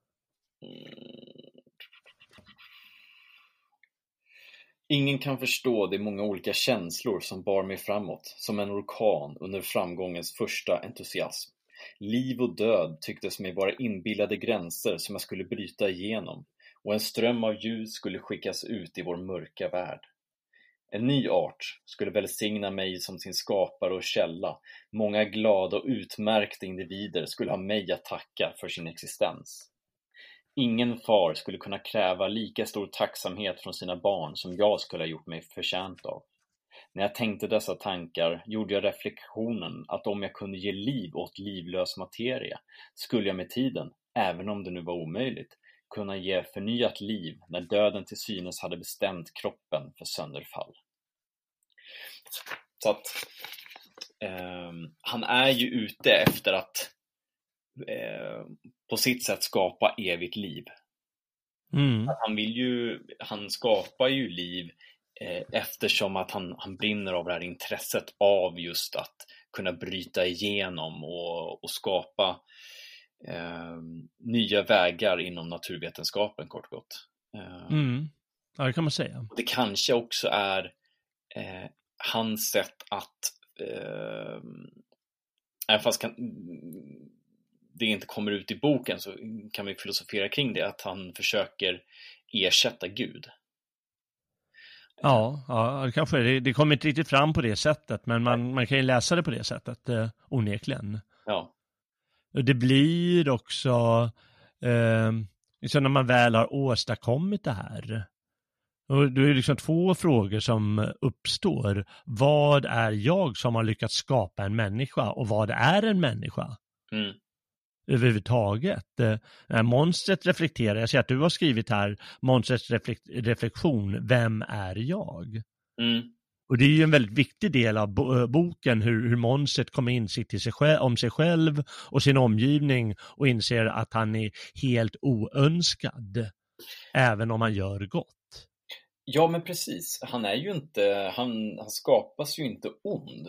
Ingen kan förstå de många olika känslor som bar mig framåt, som en orkan under framgångens första entusiasm. Liv och död tycktes mig vara inbillade gränser som jag skulle bryta igenom, och en ström av ljus skulle skickas ut i vår mörka värld. En ny art skulle välsigna mig som sin skapare och källa. Många glada och utmärkta individer skulle ha mig att tacka för sin existens. ingen far skulle kunna kräva lika stor tacksamhet från sina barn som jag skulle ha gjort mig förtjänt av. När jag tänkte dessa tankar gjorde jag reflektionen att om jag kunde ge liv åt livlös materia skulle jag med tiden, även om det nu var omöjligt, kunna ge förnyat liv när döden till synes hade bestämt kroppen för sönderfall. Så att han är ju ute efter att på sitt sätt skapa evigt liv. Han skapar ju liv eftersom att han brinner av det här intresset av just att kunna bryta igenom och skapa nya vägar inom naturvetenskapen, kort och gott. Ja, det kan man säga. Det kanske också är hans sätt att även fast det inte kommer ut i boken så kan vi filosofera kring det, att han försöker ersätta Gud. Ja, det kanske det kommer inte riktigt fram på det sättet, men man kan ju läsa det på det sättet, onekligen. Ja. Och det blir också så när man väl har åstadkommit det här. Och det är liksom två frågor som uppstår. Vad är jag som har lyckats skapa en människa, och vad är en människa? Överhuvudtaget. Monstret reflekterar, jag ser att du har skrivit här, monstrets reflektion, vem är jag? Och det är ju en väldigt viktig del av boken, hur monstret kommer insikt till om sig själv och sin omgivning och inser att han är helt oönskad även om han gör gott. Ja, men precis. Han är ju inte, han skapas ju inte ond.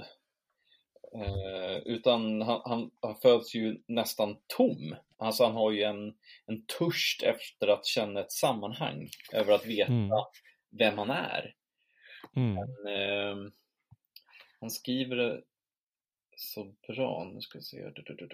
Utan han föds ju nästan tom. Alltså han har ju en törst efter att känna ett sammanhang, över att veta vem han är. Men, han skriver det så bra. Nu ska vi se.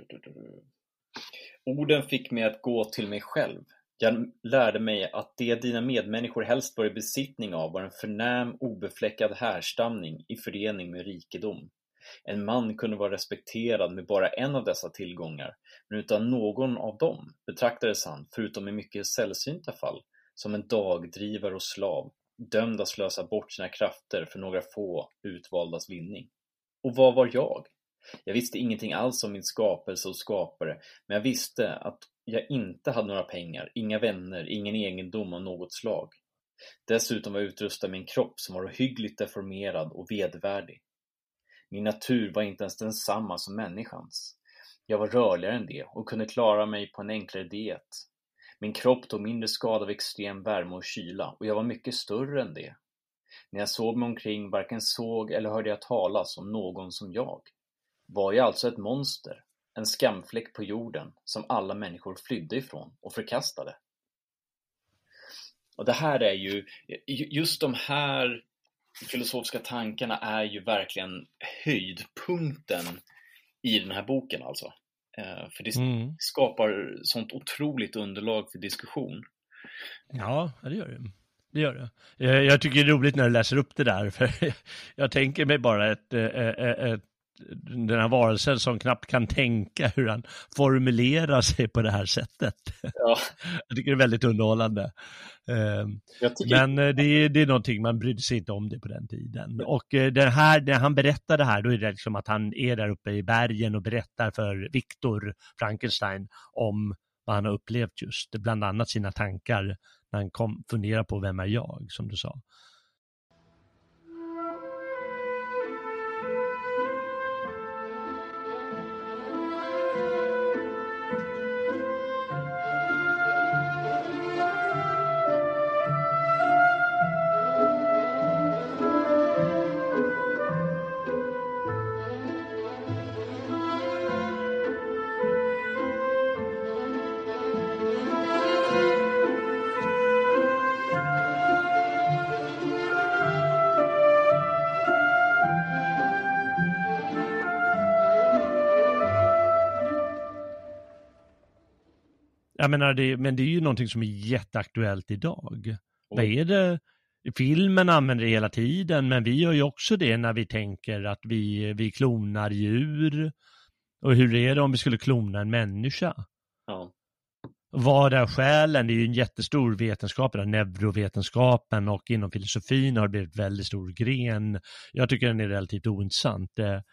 Orden fick mig att gå till mig själv. Jag lärde mig att det dina medmänniskor helst var i besittning av var en förnäm, obefläckad härstamning i förening med rikedom. En man kunde vara respekterad med bara en av dessa tillgångar, men utan någon av dem betraktades han, förutom i mycket sällsynta fall, som en dagdrivare och slav, dömd att slösa bort sina krafter för några få utvaldas vinning. Och vad var jag? Jag visste ingenting alls om min skapelse och skapare, men jag visste att jag inte hade några pengar, inga vänner, ingen egendom av något slag. Dessutom var jag utrustad med en kropp som var hyggligt deformerad och vedvärdig. Min natur var inte ens densamma som människans. Jag var rörligare än det och kunde klara mig på en enklare diet. Min kropp tog mindre skada av extrem värme och kyla, och jag var mycket större än det. När jag såg mig omkring varken såg eller hörde jag talas om någon som jag. Var jag alltså ett monster, en skamfläck på jorden som alla människor flydde ifrån och förkastade. Och det här är ju, just de här filosofiska tankarna är ju verkligen höjdpunkten i den här boken alltså. För det skapar sånt otroligt underlag för diskussion. Ja, det gör det. Det gör det. Jag tycker det är roligt när du läser upp det där, för jag tänker mig bara den här varelsen som knappt kan tänka hur han formulerar sig på det här sättet. Ja. Jag tycker det är väldigt underhållande. Men det är någonting, man brydde sig inte om det på den tiden. Och det här, när han berättar det här, då är det liksom att han är där uppe i bergen och berättar för Victor Frankenstein om vad han har upplevt, just bland annat sina tankar när han funderar på vem är jag, som du sa. Jag menar, men det är ju någonting som är jätteaktuellt idag. Vad är det? Filmen använder det hela tiden, men vi gör ju också det när vi tänker att vi klonar djur. Och hur är det om vi skulle klona en människa? Ja. Vad är själen? Det är ju en jättestor vetenskap, den neurovetenskapen, och inom filosofin har det blivit väldigt stor gren. Jag tycker den är relativt ointressant.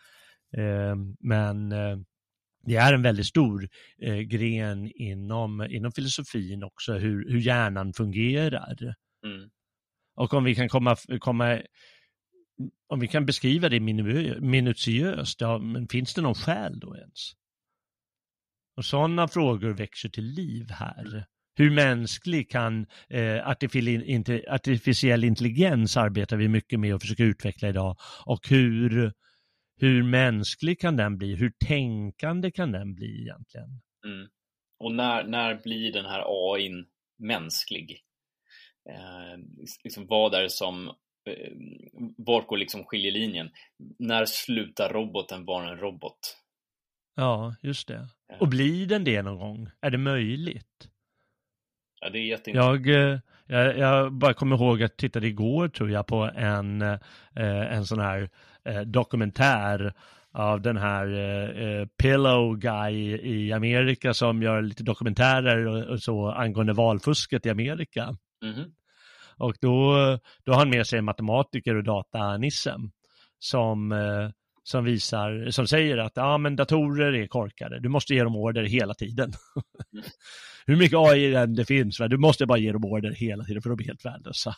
Men det är en väldigt stor gren inom filosofin också, hur hjärnan fungerar. Mm. Och om vi kan om vi kan beskriva det minutiöst, ja, men finns det någon själ då ens? Och sådana frågor växer till liv här. Hur mänsklig kan artificiell intelligens arbetar vi mycket med och försöker utveckla idag. Och hur mänsklig kan den bli? Hur tänkande kan den bli egentligen? Mm. Och när blir den här AI:n mänsklig? Liksom vad är det som var går liksom skiljelinjen? När slutar roboten vara en robot? Ja, just det. Och blir den det någon gång? Är det möjligt? Ja, det är jätteintressant. Jag bara kommer ihåg att jag tittade igår, tror jag, på en sån här dokumentär av den här Pillow Guy i Amerika som gör lite dokumentärer och så angående valfusket i Amerika. Mm-hmm. Och då har han med sig en matematiker och datanissen som säger att men datorer är korkade. Du måste ge dem order hela tiden. Hur mycket AI det finns, du måste bara ge dem order hela tiden för de är helt värdelösa.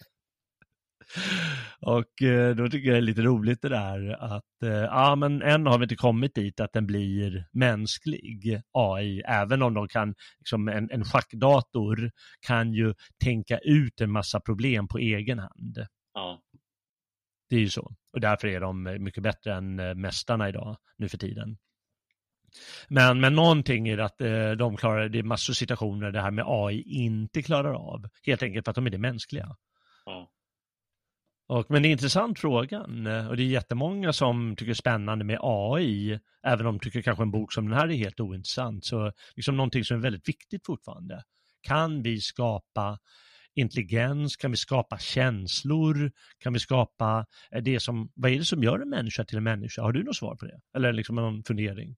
Och då tycker jag det är lite roligt det där att men än har vi inte kommit dit att den blir mänsklig AI, även om de kan, liksom en schackdator kan ju tänka ut en massa problem på egen hand. Ja. Det är ju så. Och därför är de mycket bättre än mästarna idag, nu för tiden. Men någonting är att de klarar, det är massor av situationer det här med AI inte klarar av. Helt enkelt för att de är det mänskliga. Ja. Men det är en intressant frågan. Och det är jättemånga som tycker det är spännande med AI. Även om de tycker kanske en bok som den här är helt ointressant. Så liksom någonting som är väldigt viktigt fortfarande. Kan vi skapa intelligens? Kan vi skapa känslor? Kan vi skapa vad är det som gör en människa till en människa? Har du något svar på det? Eller liksom någon fundering?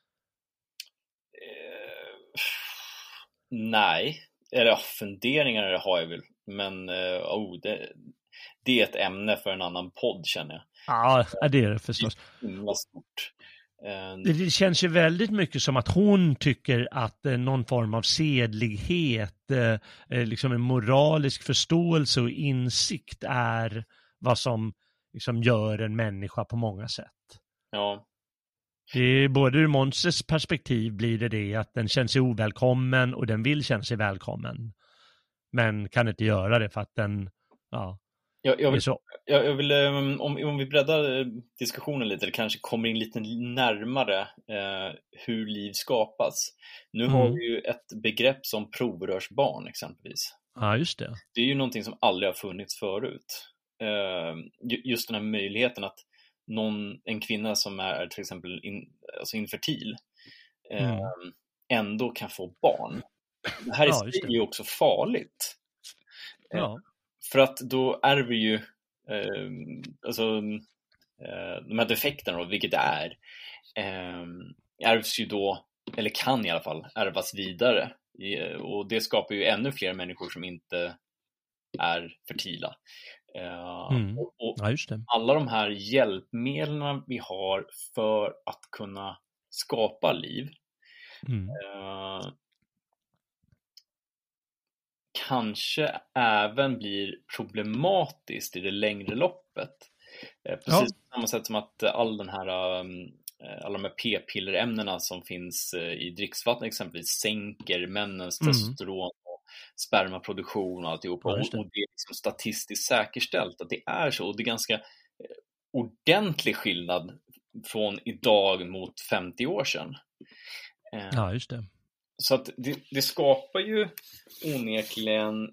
Nej. Eller funderingar har jag väl. Men det är ett ämne för en annan podd, känner jag. Ja, det är det förstås. Det är stort. Det känns ju väldigt mycket som att hon tycker att någon form av sedlighet, liksom en moralisk förståelse och insikt är vad som liksom gör en människa på många sätt. Ja. Det är både ur Monsters perspektiv blir det att den känner sig ovälkommen och den vill känna sig välkommen. Men kan inte göra det för att den, Jag vill om vi breddar diskussionen lite, eller kanske kommer in lite närmare hur liv skapas. Nu har vi ju ett begrepp som provrörsbarn exempelvis. Ja, just det. Det är ju någonting som aldrig har funnits förut. Just den här möjligheten att en kvinna som är till exempel infertil ändå kan få barn. Det här är ju också farligt. Ja. För att då ärver ju de här defekterna, vilket det är, ärvs ju då, eller kan i alla fall ärvas vidare. Och det skapar ju ännu fler människor som inte är fertila. Ja, just det. Alla de här hjälpmedlen vi har för att kunna skapa liv kanske även blir problematiskt i det längre loppet. Precis på samma sätt som att alla de här p-pillerämnena som finns i dricksvatten exempelvis sänker männens testosteron och spermaproduktion och alltihop. Och det är liksom statistiskt säkerställt att det är så. Och det är ganska ordentlig skillnad från idag mot 50 år sedan. Ja, just det. Så att det skapar ju onekligen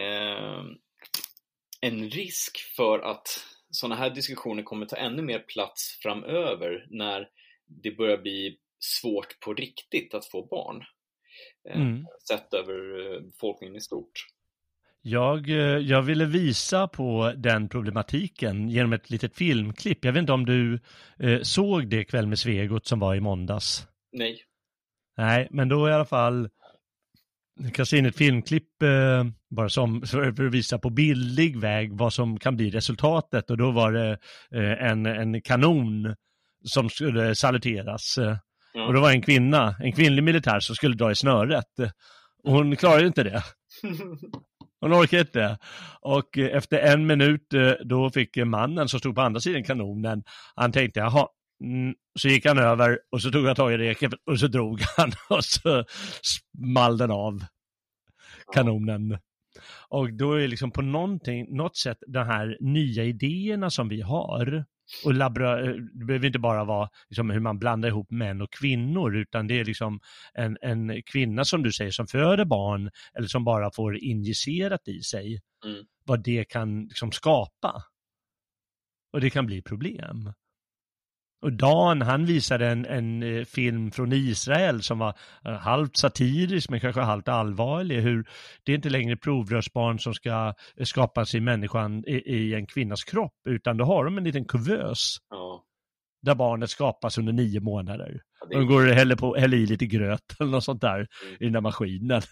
en risk för att sådana här diskussioner kommer ta ännu mer plats framöver när det börjar bli svårt på riktigt att få barn. Sett över befolkningen i stort. Jag ville visa på den problematiken genom ett litet filmklipp. Jag vet inte om du såg det Kväll med Svegot som var i måndags. Nej. Nej, men då i alla fall Jag kan se in ett filmklipp bara för att visa på billig väg vad som kan bli resultatet. Och då var det en kanon som skulle saluteras. Och då var en kvinnlig militär som skulle dra i snöret. Och hon klarade inte det. Hon orkade inte. Och efter 1 minut då fick mannen som stod på andra sidan kanonen, han tänkte, jaha. Så gick han över och så tog han tag i reken och så drog han och så small den av kanonen. Och då är liksom på något sätt de här nya idéerna som vi har, och det behöver inte bara vara liksom hur man blandar ihop män och kvinnor, utan det är liksom en kvinna som du säger som föder barn eller som bara får injicerat i sig vad det kan liksom skapa. Och det kan bli problem. Och Dan, han visade en film från Israel som var halvt satirisk men kanske halvt allvarlig. Hur det är inte längre provrörsbarn som ska skapas i människan i en kvinnas kropp, utan då har de en liten kuvös där barnet skapas under 9 månader. Och de går häller i lite gröt eller något sånt där i den där maskinen.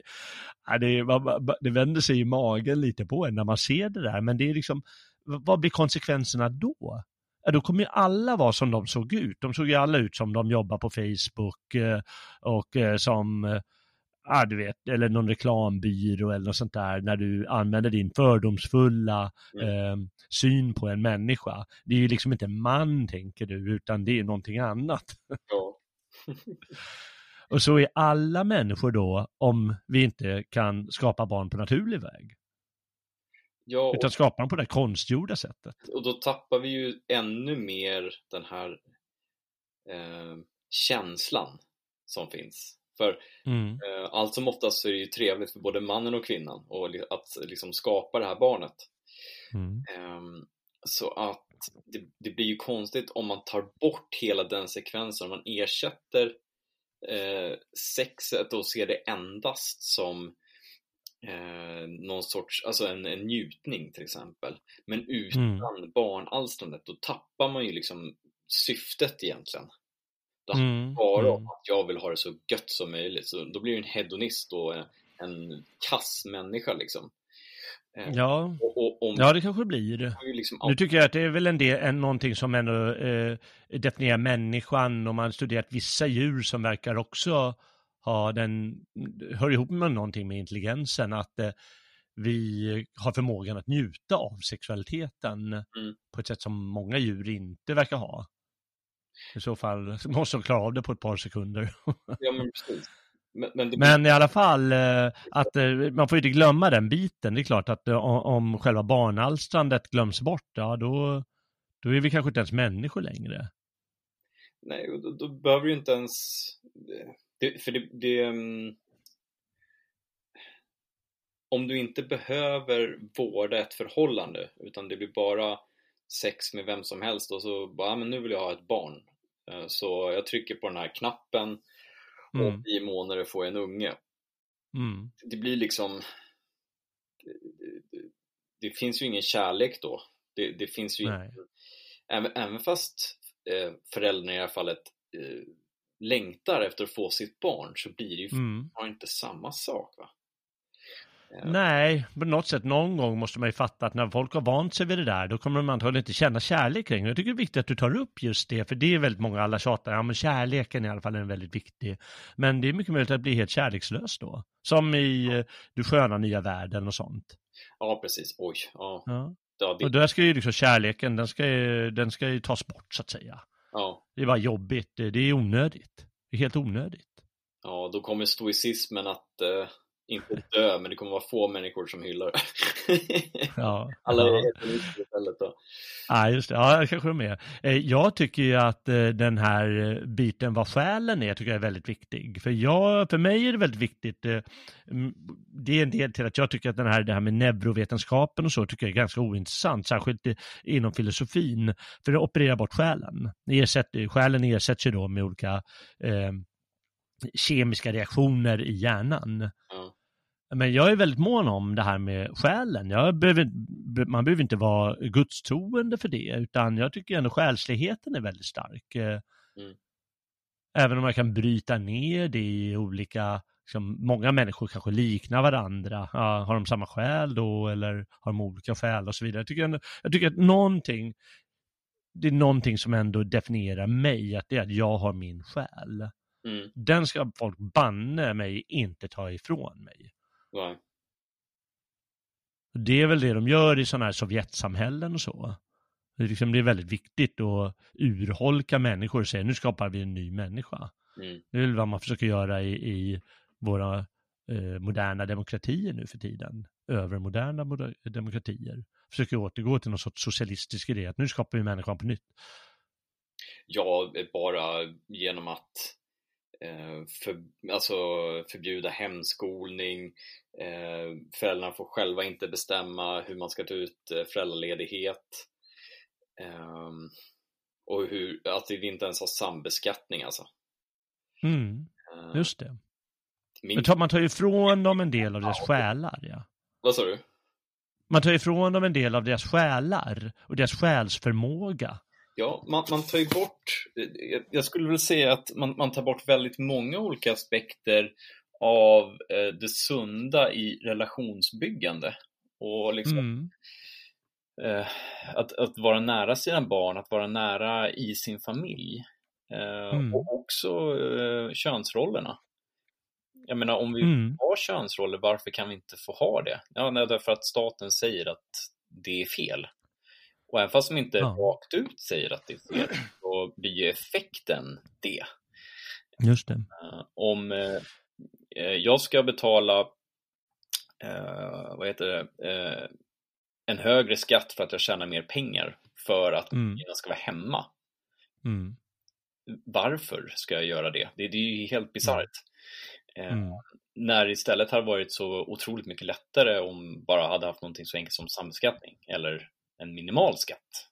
Det vänder sig i magen lite på en när man ser det där. Men det är liksom, vad blir konsekvenserna då? Då kommer ju alla vara som de såg ut. De såg ju alla ut som de jobbar på Facebook och som, du vet, eller någon reklambyrå eller något sånt där, när du använder din fördomsfulla syn på en människa. Det är ju liksom inte en man, tänker du, utan det är någonting annat. Ja. Och så är alla människor då, om vi inte kan skapa barn på naturlig väg. Ja, utan skapar dem på det konstgjorda sättet. Och då tappar vi ju ännu mer den här känslan som finns. För allt som oftast så är det ju trevligt för både mannen och kvinnan och att liksom skapa det här barnet. Så att det blir ju konstigt om man tar bort hela den sekvensen, om man ersätter sexet och ser det endast som någon sorts, alltså en njutning till exempel, men utan barnalstrandet, då tappar man ju liksom syftet egentligen. Det handlar bara om att jag vill ha det så gött som möjligt, så då blir det en hedonist och en kass människa liksom. Ja, det kanske blir. Liksom nu tycker jag att det är väl någonting som ändå definierar människan, om man studerat vissa djur som verkar också hör ihop med någonting med intelligensen, att vi har förmågan att njuta av sexualiteten på ett sätt som många djur inte verkar ha. I så fall måste de klara av det på ett par sekunder. Ja, men precis. Men i alla fall, att man får inte glömma den biten. Det är klart att om själva barnalstrandet glöms bort, då är vi kanske inte ens människor längre. Nej, och då behöver ju inte ens... om du inte behöver vårda ett förhållande, utan det blir bara sex med vem som helst, och så bara, men nu vill jag ha ett barn, så jag trycker på den här knappen och 10 månader får jag en unge. Det blir liksom, det finns ju ingen kärlek då. Det finns ju inte, även fast föräldrarna i det här fallet längtar efter att få sitt barn, så blir det ju inte samma sak, va? Nej, på något sätt någon gång måste man ju fatta att när folk har vant sig vid det där, då kommer de antagligen inte känna kärlek längre. Jag tycker det är viktigt att du tar upp just det, för det är väldigt många, alla tjatar, ja men kärleken i alla fall är väldigt viktig. Men det är mycket möjligt att bli helt kärlekslös då. Som i Du sköna nya världen och sånt. Ja, precis. Oj, ja. Och där ska ju liksom kärleken, den ska ju tas bort så att säga. Ja. Det är bara jobbigt, det är onödigt. Det är helt onödigt. Ja, då kommer stoicismen att inte dö, men det kommer vara få människor som hyllar. Alla är helt istället då. Ja, just det. Ja, kanske är med. Jag tycker ju att den här biten vad själen är, tycker jag är väldigt viktig. För mig är det väldigt viktigt. Det är en del till att jag tycker att det här med neurovetenskapen och så tycker jag är ganska ointressant, särskilt inom filosofin. För det opererar bort själen. Själen ersätts ju då med olika kemiska reaktioner i hjärnan. Men jag är väldigt mån om det här med själen. Man behöver inte vara gudstroende för det, utan jag tycker ändå själsligheten är väldigt stark. Även om man kan bryta ner det i olika liksom, många människor kanske liknar varandra. Ja, har de samma själ då eller har de olika själ och så vidare. Jag tycker att det är någonting som ändå definierar mig, att det är att jag har min själ. Den ska folk banne mig inte ta ifrån mig. Nej. Det är väl det de gör i sådana här Sovjetsamhällen och så. Det är väldigt viktigt att urholka människor och säga nu skapar vi en ny människa. Det är väl vad man försöker göra i våra moderna demokratier nu för tiden. Övermoderna demokratier. Försöker återgå till någon sorts socialistisk idé att nu skapar vi människan på nytt. Ja, bara genom att förbjuda hemskolning. Föräldrarna får själva inte bestämma hur man ska ta ut föräldraledighet. Och att vi inte ens har sambeskattning alltså. Just det. Man tar ju ifrån dem en del av deras själar, ja. Vad sa du? Man tar ifrån dem en del av deras själar och deras själsförmåga. Ja, man tar ju bort, jag skulle väl säga att man tar bort väldigt många olika aspekter av det sunda i relationsbyggande. Och liksom att vara nära sina barn, att vara nära i sin familj. Och också könsrollerna. Jag menar, om vi har könsroller, varför kan vi inte få ha det? Ja, därför att staten säger att det är fel. Och även fast de inte rakt ut säger att det är fel, så blir ju effekten det. Just det. Om jag ska betala en högre skatt för att jag tjänar mer pengar för att jag ska vara hemma. Varför ska jag göra det? Det är ju helt bisarrt. När istället har varit så otroligt mycket lättare om bara hade haft någonting så enkelt som sambeskattning eller en minimal skatt.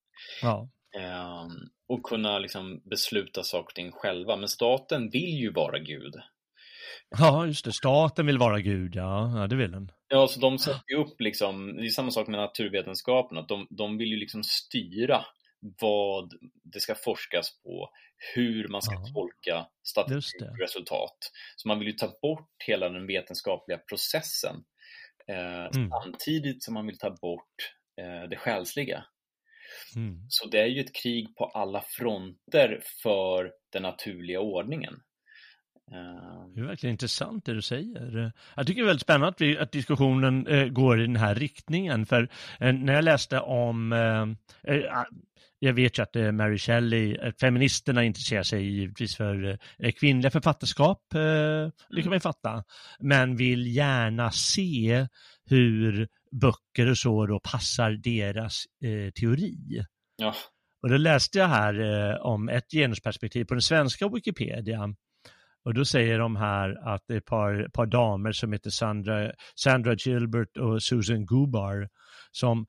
Och kunna liksom besluta saker och ting själva. Men staten vill ju vara Gud. Ja, just det. Staten vill vara Gud, ja det vill den. Ja, så de sätter ju upp liksom, det är samma sak med naturvetenskapen, att de vill ju liksom styra vad det ska forskas på, hur man ska tolka statistikresultat. Så man vill ju ta bort hela den vetenskapliga processen samtidigt som man vill ta bort det själsliga. Så det är ju ett krig på alla fronter för den naturliga ordningen. Det är verkligen intressant det du säger. Jag tycker det är väldigt spännande att diskussionen går i den här riktningen. För när jag läste om jag vet ju att Mary Shelley, feministerna intresserar sig givetvis för kvinnliga författarskap, det kan man ju fatta, men vill gärna se hur böcker och så då passar deras teori. Ja. Och då läste jag här om ett genusperspektiv på den svenska Wikipedia. Och då säger de här att det är ett par damer som heter Sandra Gilbert och Susan Gubar som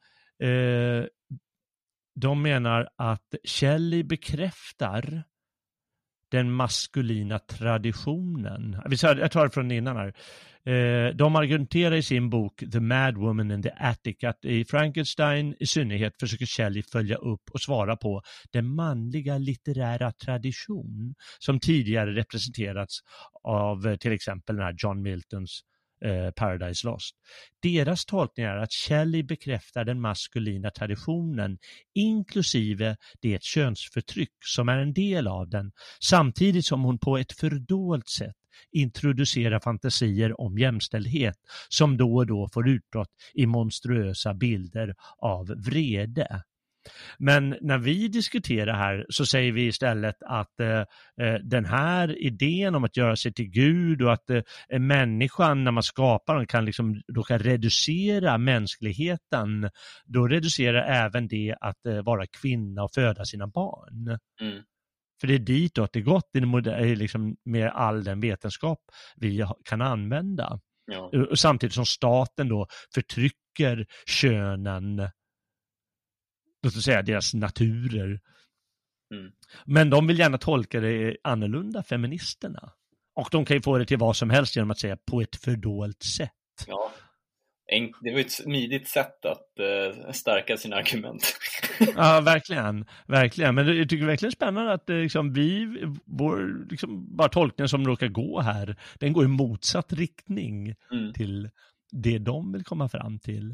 de menar att Shelley bekräftar den maskulina traditionen. Jag tar det från innan här. De argumenterar i sin bok The Mad Woman in the Attic att i Frankenstein i synnerhet försöker Shelley följa upp och svara på den manliga litterära tradition som tidigare representerats av till exempel den här John Miltons Paradise Lost. Deras tolkning är att Shelley bekräftar den maskulina traditionen inklusive det könsförtryck som är en del av den, samtidigt som hon på ett fördolt sätt introducerar fantasier om jämställdhet som då och då får utbrott i monstruösa bilder av vrede. Men när vi diskuterar här så säger vi istället att den här idén om att göra sig till Gud och att människan när man skapar den kan liksom då kan reducera mänskligheten, då reducerar även det att vara kvinna och föda sina barn. För det är ditåt det gått liksom med all den vetenskap vi kan använda. Ja. Och samtidigt som staten då förtrycker könen, låt oss säga deras naturer. Men de vill gärna tolka det annorlunda, feministerna. Och de kan ju få det till vad som helst genom att säga på ett fördolt sätt. Ja, det var ett smidigt sätt att stärka sina argument. Ja, verkligen. Verkligen. Men jag tycker verkligen spännande att liksom, vår liksom, bara tolkning som råkar gå här, den går i motsatt riktning till det de vill komma fram till.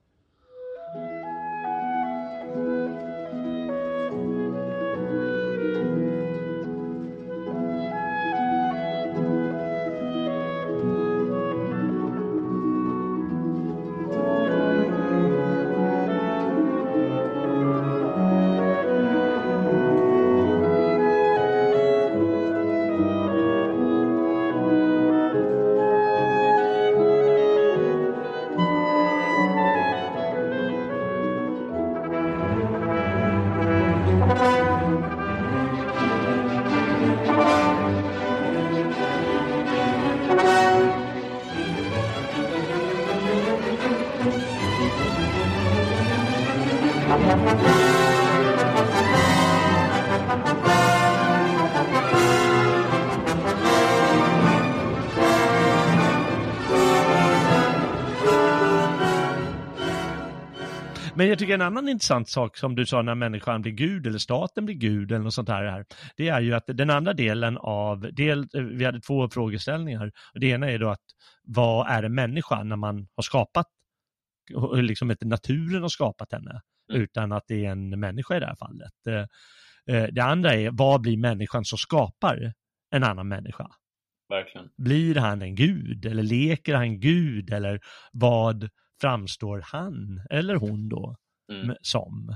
Men jag tycker en annan intressant sak som du sa när människan blir gud eller staten blir gud eller något sånt här, det är ju att den andra delen vi hade 2 frågeställningar. Det ena är då att vad är en människa när man har skapat, liksom inte naturen har skapat henne, utan att det är en människa i det här fallet. Det andra är vad blir människan som skapar en annan människa? Verkligen. Blir han en gud eller leker han gud eller vad framstår han eller hon då som?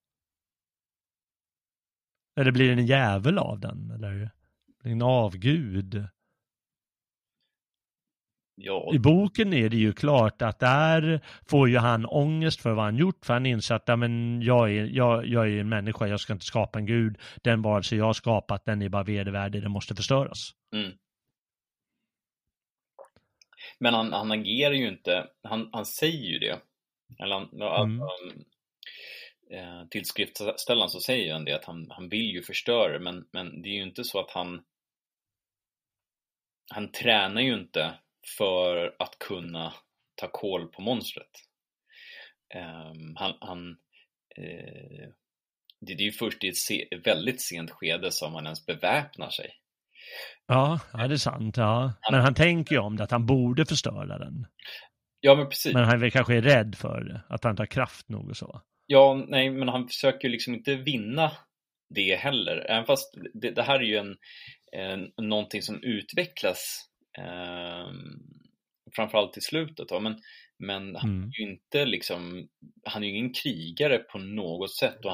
Eller blir det en jävel av den? Eller blir det en avgud? Ja. I boken är det ju klart att där får ju han ångest för vad han gjort, för han inser att men jag är en människa, jag ska inte skapa en gud. Den varelse jag har skapat, den är bara vedervärdig, den måste förstöras. Men han agerar ju inte, han säger ju det. Eller till skriftställan så säger han det, att han vill ju förstöra, men det är ju inte så att han tränar ju inte för att kunna ta koll på monstret. Det är ju först i ett väldigt sent skede som han ens beväpnar sig. Ja, det är sant. Ja. Men han tänker ju om det, att han borde förstöra den. Ja, men precis. Men han kanske är rädd för det, att han inte har kraft nog och så. Ja, nej, men han försöker liksom inte vinna det heller. Även fast det här är ju någonting som utvecklas framförallt i slutet då. Men han är ju inte liksom, han är ju ingen krigare på något sätt, och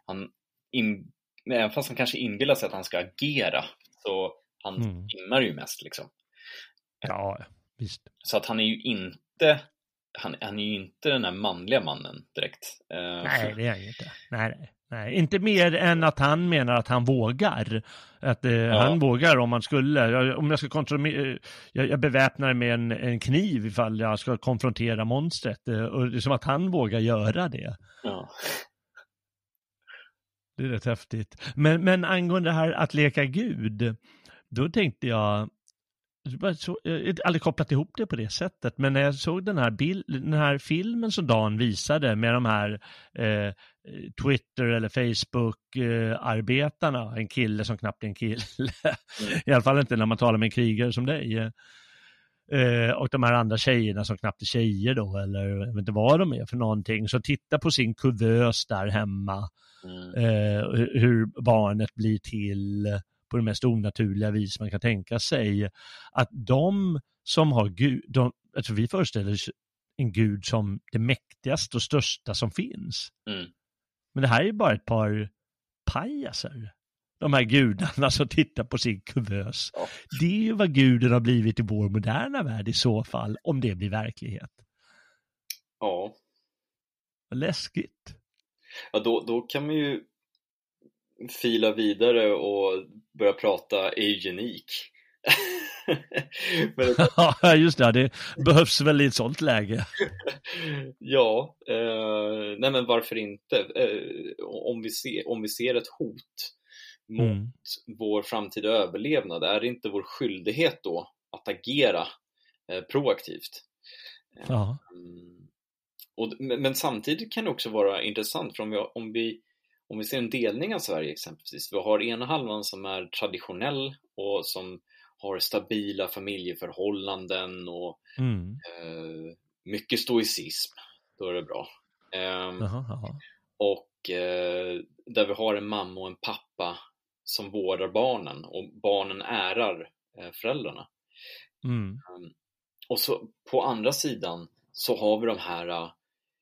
även fast han kanske inbillar sig att han ska agera, så han immar ju mest liksom. Ja, visst. Så att han är ju inte den här manliga mannen direkt. Nej, det är han inte. Nej, inte mer än att han menar att han vågar. Att han vågar om man skulle. Om jag ska kontrollera, jag beväpnar med en kniv ifall jag ska konfrontera monstret. Och det är som att han vågar göra det. Ja. Det är rätt häftigt. Men angående det här att leka gud, då tänkte jag aldrig kopplat ihop det på det sättet, men när jag såg den här filmen som Dan visade med de här Twitter eller Facebook-arbetarna, en kille som knappt är en kille, i alla fall inte när man talar med en krigare som dig, och de här andra tjejerna som knappt är tjejer då, eller jag vet inte vad de är för någonting, så titta på sin kuvös där hemma, hur barnet blir till på det mest onaturliga vis man kan tänka sig. Att de som har Gud, alltså vi föreställer oss en Gud som det mäktigaste och största som finns. Men det här är ju bara ett par pajaser. De här gudarna som tittar på sin kuvös. Det är ju vad guden har blivit i vår moderna värld i så fall, om det blir verklighet. Ja. Läskigt. Ja, då kan man ju fila vidare och börja prata eugenik. Ja, just det. Det behövs väl i ett sånt läge. Ja, nej men varför inte? Om vi ser ett hot mot vår framtida överlevnad, är det inte vår skyldighet då att agera proaktivt? Ja. Men samtidigt kan det också vara intressant, för om vi ser en delning av Sverige exempelvis. Vi har ena halvan som är traditionell och som har stabila familjeförhållanden och mycket stoicism. Då är det bra. Och där vi har en mamma och en pappa som vårdar barnen och barnen ärar föräldrarna. Och så på andra sidan så har vi de här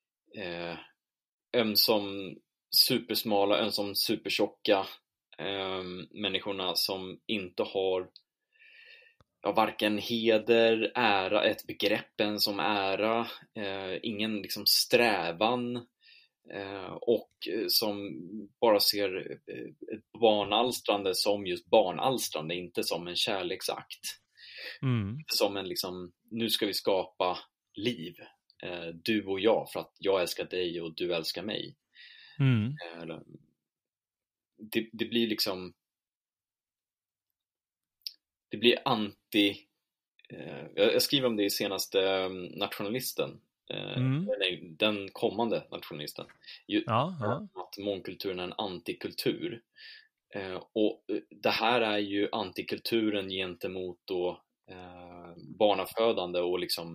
ömsom supersmala, ömsom supertjocka människorna som inte har varken heder, ära, ett begreppen som ära, ingen liksom strävan, och som bara ser ett barnalstrande som just barnalstrande, inte som en kärleksakt. Inte som en liksom, nu ska vi skapa liv, du och jag, för att jag älskar dig och du älskar mig. Det blir liksom, det blir anti, jag skriver om det i senaste Nationalisten, den kommande Nationalisten, att mångkulturen är en antikultur, och det här är ju antikulturen gentemot då barnafödande och liksom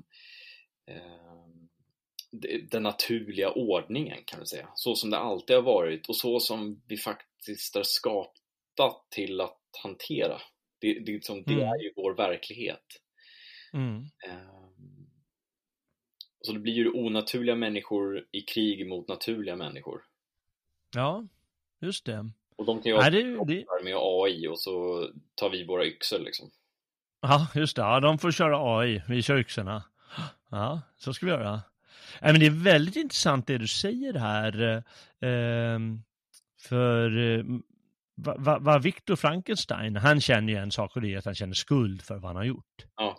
den naturliga ordningen, kan man säga, så som det alltid har varit och så som vi faktiskt är skapta till att hantera. Det är ju vår verklighet. Så det blir ju onaturliga människor i krig mot naturliga människor. Ja, just det. Och de kan ju ha med AI och så tar vi våra yxor liksom. Ja, just det. Ja, de får köra AI. Vi kör yxorna. Ja, så ska vi göra. Men det är väldigt intressant det du säger här. För vad Victor Frankenstein, han känner ju en sak, och det är att han känner skuld för vad han har gjort. Ja.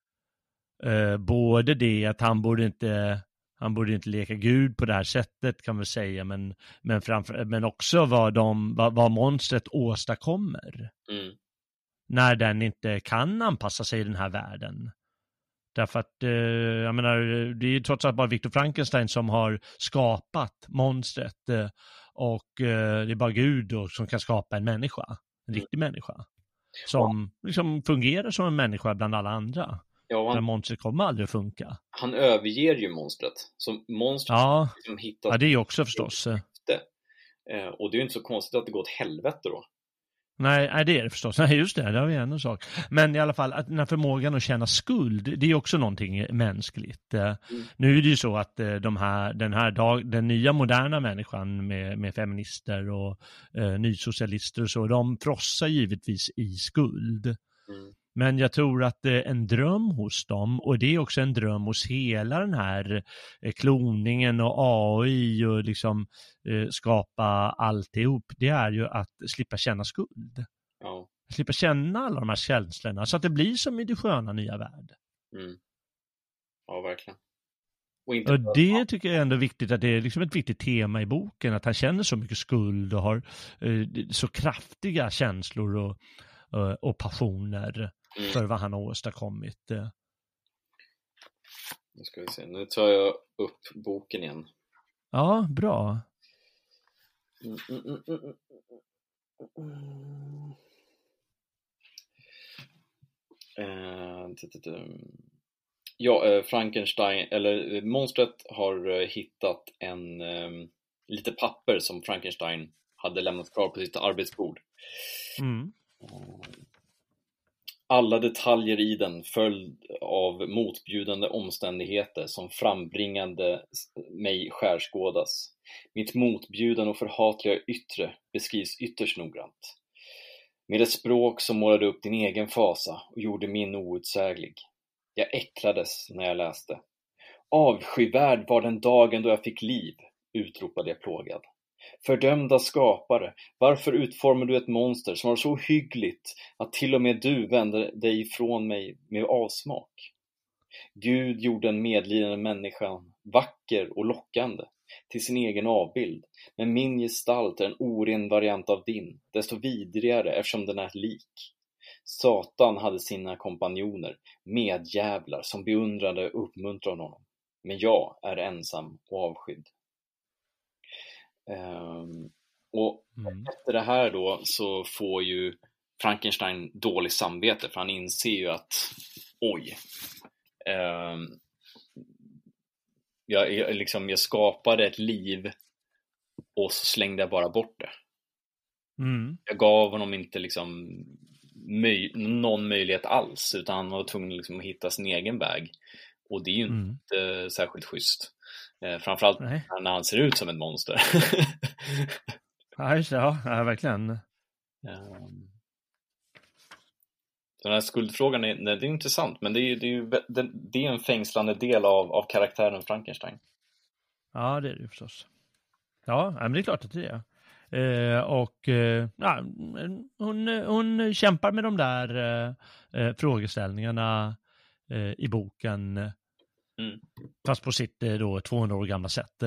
Både det att han borde inte leka Gud på det här sättet, kan vi säga, men också vad monstret åstadkommer. När den inte kan anpassa sig i den här världen. Därför att, jag menar, det är trots allt bara Victor Frankenstein som har skapat monstret, och det är bara Gud då som kan skapa en människa, en riktig människa, som liksom fungerar som en människa bland alla andra. Men monstret kommer aldrig att funka. Han överger ju monstret. Så monstret liksom hittar det är också förstås. Och det är ju inte så konstigt att det går åt helvete då. Nej, det är det förstås. Nej, just det, har vi en sak. Men i alla fall, att den här förmågan att känna skuld, det är också någonting mänskligt. Nu är det ju så att den nya moderna människan med feminister och nysocialister och så, de frossar givetvis i skuld. Men jag tror att en dröm hos dem, och det är också en dröm hos hela den här kloningen och AI och liksom skapa alltihop, det är ju att slippa känna skuld. Ja. Slippa känna alla de här känslorna, så att det blir som i det sköna nya värld. Ja, verkligen. Och det tycker jag är ändå viktigt, att det är liksom ett viktigt tema i boken, att han känner så mycket skuld och har så kraftiga känslor och passioner för vad han har åstadkommit. Nu ska vi se. Nu tar jag upp boken igen. Ja, bra. Frankenstein, eller monstret, har hittat lite papper som Frankenstein hade lämnat kvar på sitt arbetsbord. Alla detaljer i den följd av motbjudande omständigheter som frambringande mig skärskådas. Mitt motbjudande och förhatliga yttre beskrivs ytterst noggrant. Med ett språk som målade upp din egen fasa och gjorde min outsäglig. Jag äcklades när jag läste. Avskyvärd var den dagen då jag fick liv, utropade jag plågad. Fördömda skapare, varför utformar du ett monster som var så hyggligt att till och med du vände dig ifrån mig med avsmak? Gud gjorde en medlidande människa vacker och lockande till sin egen avbild, men min gestalt är en oren variant av din, desto vidrigare eftersom den är lik. Satan hade sina kompanjoner, medjävlar som beundrade och uppmuntrade honom. Men jag är ensam och avskydd. Och efter det här då så får ju Frankenstein dåligt samvete, för han inser ju att jag skapade ett liv och så slängde jag bara bort det. Jag gav honom inte liksom någon möjlighet alls, utan han var tvungen liksom att hitta sin egen väg. Och det är ju inte särskilt schysst. Framförallt när han ser ut som ett monster. Ja, verkligen. Den här skuldfrågan det är intressant, men det är en fängslande del av karaktären Frankenstein. Ja, det är det förstås. Ja, men det är klart att det är. Hon kämpar med de där frågeställningarna i boken, fast på sitt då 200 år gamla sätt.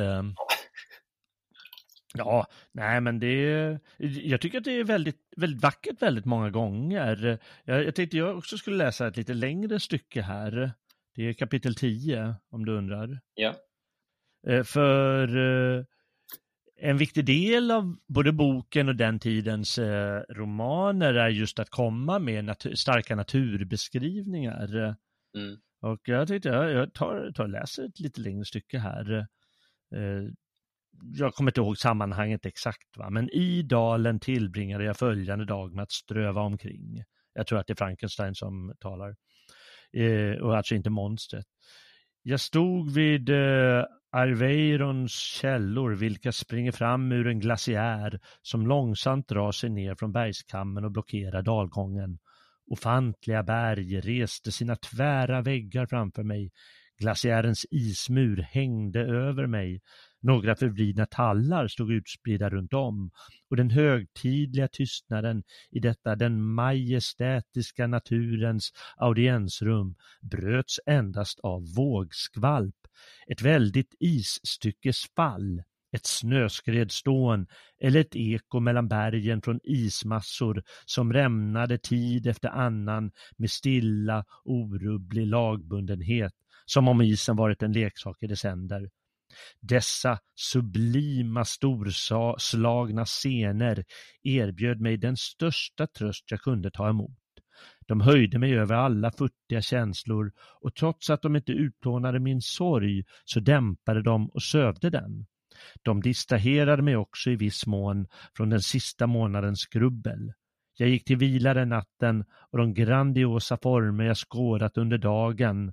Ja, nej, men jag tycker att det är väldigt, väldigt vackert väldigt många gånger. Jag tänkte jag också skulle läsa ett lite längre stycke här. Det är kapitel 10, om du undrar. Ja. För en viktig del av både boken och den tidens romaner är just att komma med starka naturbeskrivningar. Och jag tänkte jag tar och läser ett lite längre stycke här. Jag kommer inte ihåg sammanhanget exakt, va? Men i dalen tillbringade jag följande dag med att ströva omkring. Jag tror att det är Frankenstein som talar. Och alltså inte monstret. Jag stod vid Arveirons källor, vilka springer fram ur en glaciär som långsamt drar sig ner från bergskammen och blockerar dalgången. Ofantliga berg reste sina tvära väggar framför mig. Glaciärens ismur hängde över mig. Några förvridna tallar stod utspridda runt om, och den högtidliga tystnaden i detta den majestätiska naturens audiensrum bröts endast av vågskvalp, ett väldigt isstyckesfall, ett snöskredstån eller ett eko mellan bergen från ismassor som rämnade tid efter annan med stilla, orubblig lagbundenhet, som om isen varit en leksak i decennier. Dessa sublima storslagna scener erbjöd mig den största tröst jag kunde ta emot. De höjde mig över alla futtiga känslor, och trots att de inte utplånade min sorg så dämpade de och sövde den. De distraherade mig också i viss mån från den sista månadens grubbel. Jag gick till vila den natten, och de grandiosa former jag skådat under dagen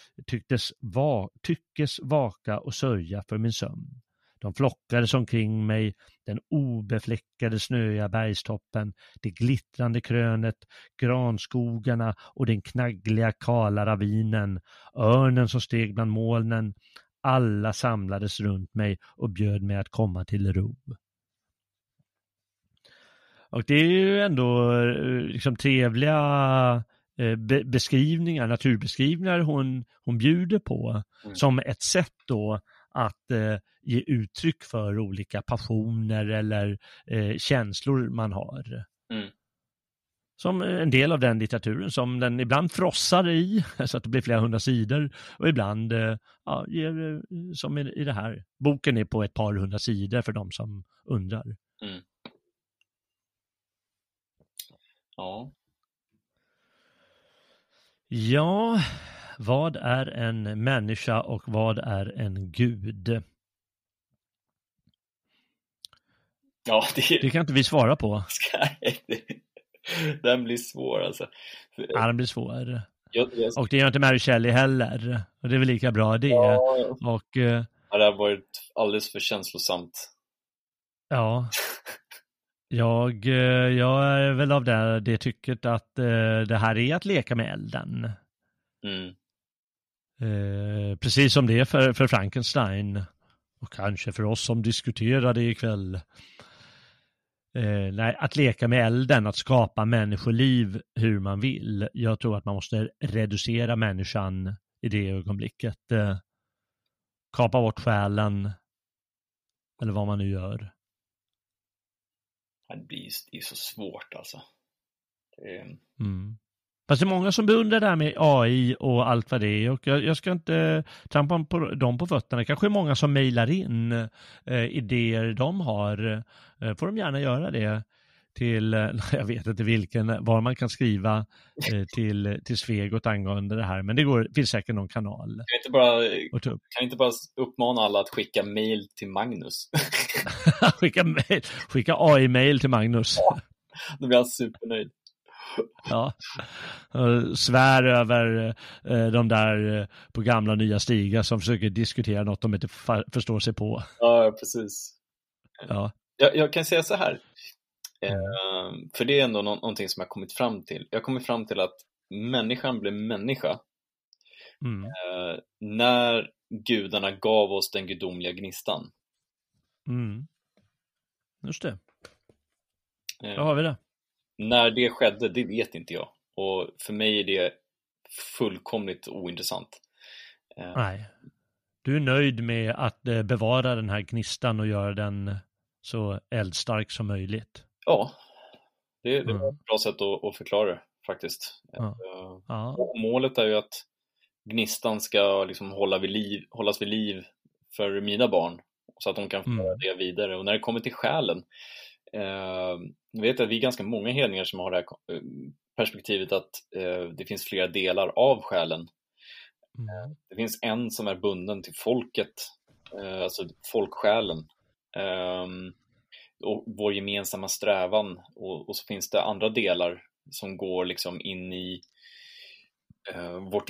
tyckes vaka och sörja för min sömn. De flockades omkring mig, den obefläckade snöiga bergstoppen, det glittrande krönet, granskogarna och den knaggliga kala ravinen, örnen som steg bland molnen. Alla samlades runt mig och bjöd mig att komma till ro. Och det är ju ändå liksom trevliga beskrivningar, naturbeskrivningar hon bjuder på som ett sätt då att ge uttryck för olika passioner eller känslor man har. Som en del av den litteraturen som den ibland frossar i så att det blir flera 100 sidor, och ibland ger, som i det här. Boken är på ett par 100 sidor för de som undrar. Ja, vad är en människa och vad är en gud? Ja, det kan inte vi svara på. Den blir svår alltså. Ja, den blir svår. Och det gör inte Mary Shelley heller. Och det är väl lika bra det. Ja. Och, det har varit alldeles för känslosamt. Ja. Jag är väl av det tycket att det här är att leka med elden. Precis som det är för Frankenstein. Och kanske för oss som diskuterar det ikväll. Nej, att leka med elden, att skapa människoliv hur man vill. Jag tror att man måste reducera människan i det ögonblicket. Kapa bort själen. Eller vad man nu gör. Det är så svårt alltså. Mm. Fast det är många som beundrar det här med AI och allt vad det är, och jag ska inte trampa på dem på fötterna. Kanske är många som mejlar in idéer de har. Får de gärna göra det till, jag vet inte var man kan skriva till Svegot angående det här, men det finns säkert någon kanal. Kan inte bara uppmana alla att skicka mejl till Magnus? skicka AI-mejl till Magnus. Ja, då blir han supernöjd. Ja, svär över de där på gamla nya stigar som försöker diskutera något de inte förstår sig på. Ja, precis. Ja. Jag kan säga så här. För det är ändå någonting som jag kommit fram till. Jag har kommit fram till att människan blev människa när gudarna gav oss den gudomliga gnistan. Just det. Då har vi det. När det skedde, det vet inte jag. Och för mig är det fullkomligt ointressant. Nej. Du är nöjd med att bevara den här gnistan och göra den så eldstark som möjligt. Ja, det är ett bra sätt att förklara det, faktiskt. Målet är ju att gnistan ska liksom hållas vid liv för mina barn, så att de kan föra det vidare. Och när det kommer till själen, jag vet att vi är ganska många hedningar som har det här perspektivet att det finns flera delar av själen. Det finns en som är bunden till folket, alltså folksjälen, och vår gemensamma strävan, och så finns det andra delar som går liksom in i vår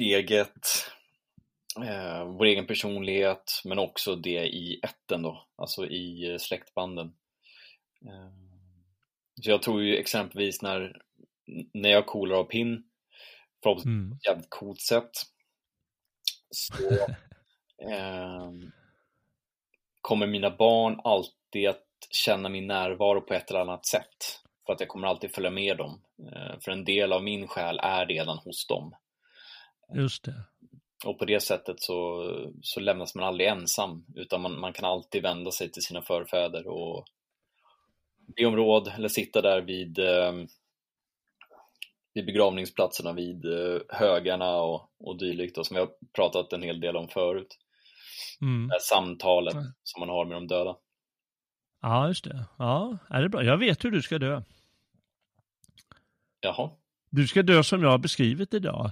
egen personlighet, men också det i ätten då, alltså i släktbanden. Så jag tror ju exempelvis när jag coolar av pinn på ett jävligt coolt sätt, så kommer mina barn alltid att känna min närvaro på ett eller annat sätt, för att jag kommer alltid följa med dem, för en del av min själ är redan hos dem. Just det. Och på det sättet så lämnas man aldrig ensam, utan man kan alltid vända sig till sina förfäder och be om råd, eller sitta där vid begravningsplatserna, vid högarna och dylikt, och som jag har pratat en hel del om förut. Det här samtalet som man har med de döda. Ja, just det. Ja, är det bra? Jag vet hur du ska dö. Jaha. Du ska dö som jag har beskrivit idag.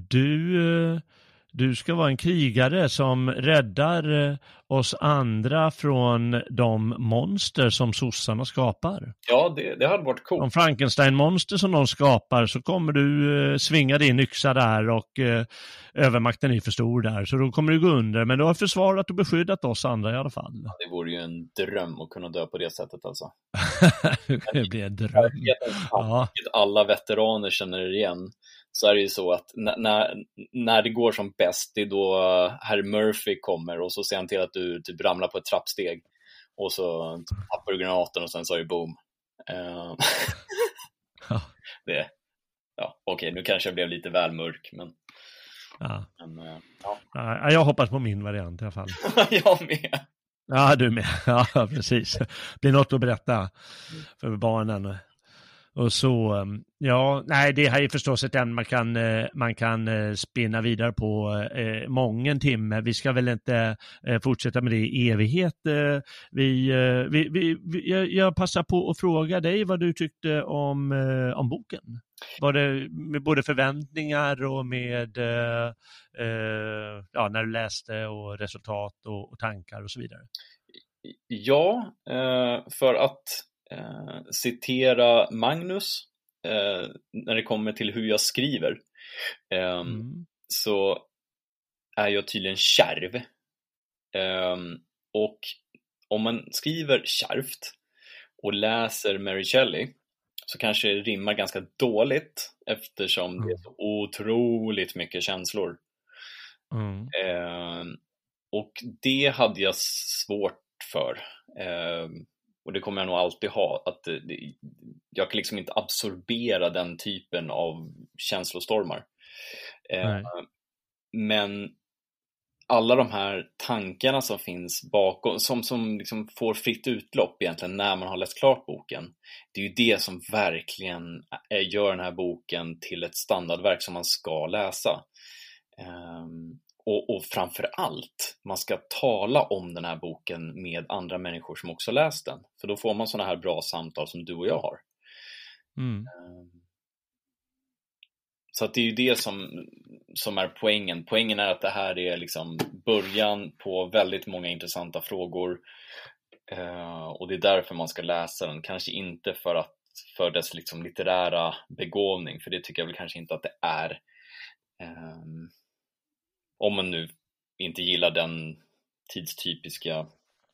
Du ska vara en krigare som räddar oss andra från de monster som sossarna skapar. Ja, det hade varit coolt. De Frankenstein-monster som de skapar, så kommer du svinga din yxa där, och övermakten är för stor där. Så då kommer du gå under, men du har försvarat och beskyddat oss andra i alla fall. Ja, det vore ju en dröm att kunna dö på det sättet alltså. Det blir en dröm. Ja. Alla veteraner känner igen. Så är det ju så att när det går som bäst, det är då herr Murphy kommer, och så ser han till att du typ ramlar på ett trappsteg, och så tappar du granaten, och sen så är det boom. Okej, nu kanske jag blev lite väl mörk, men ja. Jag hoppas på min variant i alla fall. Jag med. Ja, du med. Ja, precis. Det blir något att berätta för barnen. Och så, det här är förstås ett ämne man kan spinna vidare på mången timme. Vi ska väl inte fortsätta med det i evighet. Jag passar på att fråga dig vad du tyckte om boken. Var det med både förväntningar och med när du läste, och resultat och tankar och så vidare? Ja, för att citera Magnus, när det kommer till hur jag skriver, så är jag tydligen kärv, och om man skriver kärvt och läser Mary Shelley, så kanske det rimmar ganska dåligt, eftersom det är så otroligt mycket känslor. Och det hade jag svårt för, och det kommer jag nog alltid ha, att jag kan liksom inte absorbera den typen av känslostormar. Men alla de här tankarna som finns bakom, som liksom får fritt utlopp egentligen när man har läst klart boken. Det är ju det som verkligen gör den här boken till ett standardverk som man ska läsa. Och framför allt, man ska tala om den här boken med andra människor som också läst den. För då får man såna här bra samtal som du och jag har. Så att det är ju det som är poängen. Poängen är att det här är liksom början på väldigt många intressanta frågor. Och det är därför man ska läsa den. Kanske inte för dess liksom litterära begåvning. För det tycker jag väl kanske inte att det är. Om man nu inte gillar den tidstypiska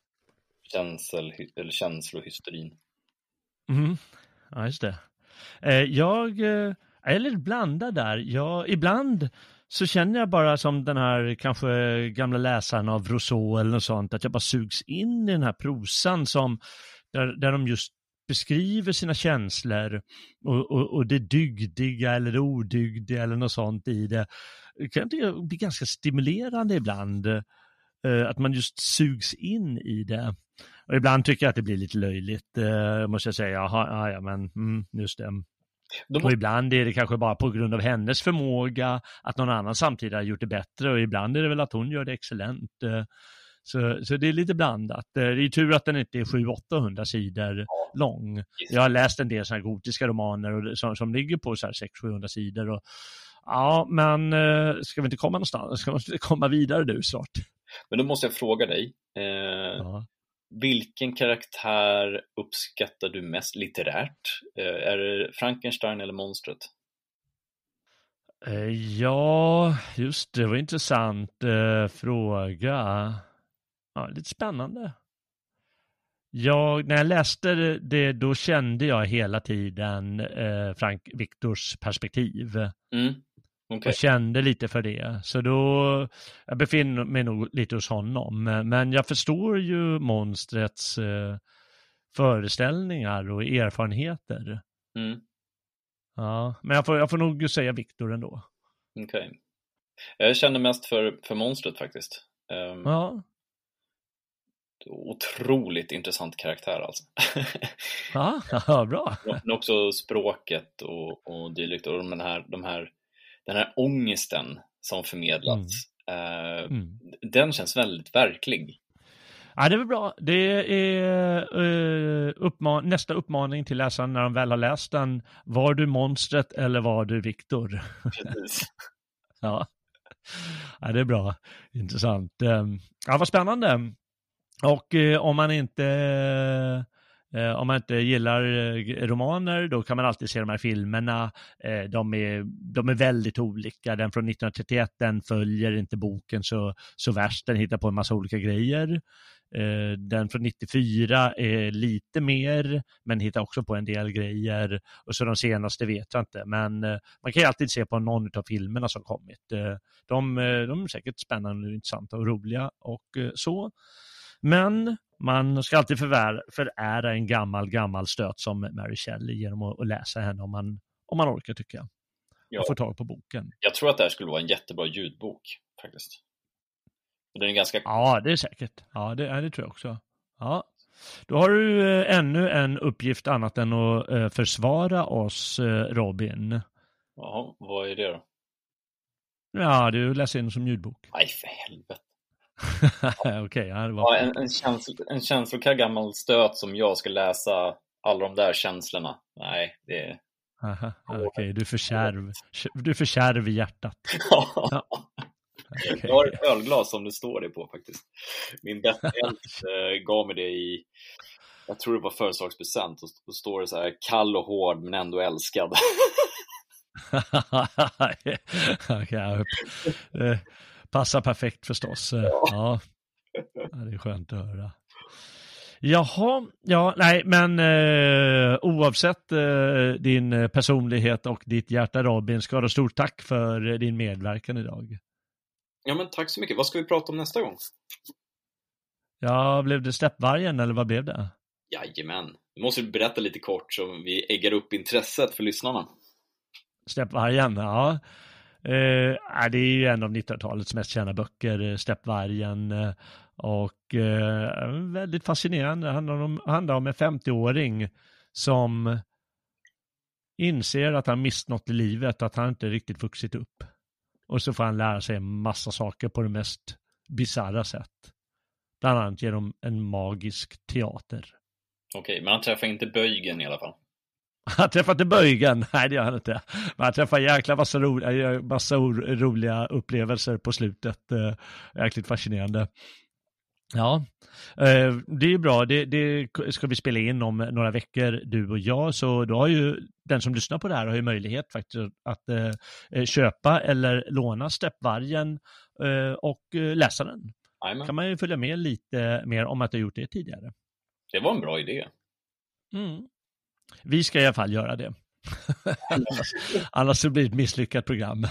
känslohysterin. Ja, just det. Jag är lite blandad där. Ibland så känner jag bara som den här kanske gamla läsaren av Rousseau eller något sånt, att jag bara sugs in i den här prosan där de just beskriver sina känslor och det dygdiga eller det odygdiga eller något sånt i det. Kan det bli ganska stimulerande ibland att man just sugs in i det. Och ibland tycker jag att det blir lite löjligt, måste jag säga. Just det. Och ibland är det kanske bara på grund av hennes förmåga att någon annan samtidigt har gjort det bättre, och ibland är det väl att hon gör det excellent. Så det är lite blandat. Det är ju tur att den inte är 700-800 sidor lång. Jag har läst en del såna här gotiska romaner och som ligger på så här 600-700 sidor. Och, ja, men ska vi inte komma någonstans? Ska vi inte komma vidare nu snart? Men då måste jag fråga dig. Vilken karaktär uppskattar du mest litterärt? Är det Frankenstein eller monstret? Ja, just det. Var en intressant fråga. Ja, lite spännande. När jag läste det, då kände jag hela tiden Frank Victors perspektiv. Okay. Jag kände lite för det. Så då jag befinner mig nog lite hos honom. Men jag förstår ju monstrets föreställningar och erfarenheter. Ja, men jag får nog ju säga Victor ändå. Okej. Okay. Jag känner mest för monstret faktiskt. Ja. Otroligt intressant karaktär alltså. Ja, bra. Men också språket och dylikt, och den här ångesten som förmedlats. Den känns väldigt verklig. Ja, det är väl bra. Det är nästa uppmaning till läsaren när de väl har läst den. Var du monstret eller var du Victor? Precis. Ja, det är bra. Intressant. Ja, vad spännande. Och om man inte gillar romaner, då kan man alltid se de här filmerna. De är väldigt olika. Den från 1931, den följer inte boken så värst. Den hittar på en massa olika grejer. Den från 94 är lite mer, men hittar också på en del grejer. Och så de senaste vet jag inte. Men man kan ju alltid se på någon av filmerna som kommit. De är säkert spännande och intressanta och roliga och så. Men man ska alltid förära en gammal stöt som Mary Shelley genom att läsa henne om man orkar, tycker jag. Och få tag på boken. Jag tror att det här skulle vara en jättebra ljudbok faktiskt. Den är ganska... Ja, det är säkert. Ja, det tror jag också. Ja. Då har du ännu en uppgift annat än att försvara oss, Robin. Jaha, vad är det då? Ja, du läser in som ljudbok. Nej, för helvete. Okay, en känslokall gammal stöt som jag ska läsa alla de där känslorna. Nej, det är... Okej, du är för kärv i hjärtat. Ja. Okay. Jag har ett ölglas som det står det på faktiskt. Min bästa gav mig det i, jag tror det var födelsedagspresent, och då står det så här: kall och hård men ändå älskad. Okay. Passar perfekt förstås. Ja, det är skönt att höra. Jaha, nej, men oavsett din personlighet och ditt hjärta, Robin, ska du stort tack för din medverkan idag. Ja, men tack så mycket. Vad ska vi prata om nästa gång? Ja, blev det Steppvargen eller vad blev det? Jajamän. Nu måste vi berätta lite kort så vi äggar upp intresset för lyssnarna. Steppvargen, ja. Det är ju en av 1900-talets mest kända böcker, Steppvargen. Och väldigt fascinerande. Det handlar om en 50-åring som inser att han mist något i livet, att han inte riktigt vuxit upp. Och så får han lära sig en massa saker på det mest bizarra sätt. Bland annat genom en magisk teater. Okej, men han träffar inte Böjgen i alla fall. Han träffar inte Böjgen, nej det gör han inte. Men han träffar jäkla massa roliga upplevelser på slutet. Jäkligt fascinerande. Ja, det är ju bra. Det ska vi spela in om några veckor, du och jag. Så då har ju den som lyssnar på det här har ju möjlighet faktiskt att köpa eller låna Steppvargen och läsa den. Amen. Kan man ju följa med lite mer om att jag gjort det tidigare. Det var en bra idé. Vi ska i alla fall göra det. Annars så blir det ett misslyckat program.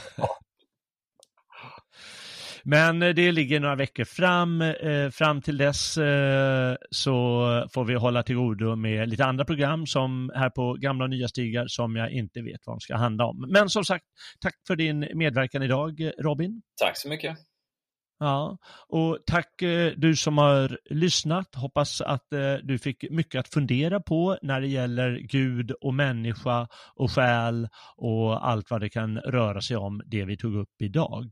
Men det ligger några veckor fram till dess så får vi hålla till godo med lite andra program som här på Gamla och nya stigar som jag inte vet vad de ska handla om. Men som sagt, tack för din medverkan idag, Robin. Tack så mycket. Ja, och tack du som har lyssnat. Hoppas att du fick mycket att fundera på när det gäller Gud och människa och själ och allt vad det kan röra sig om, det vi tog upp idag.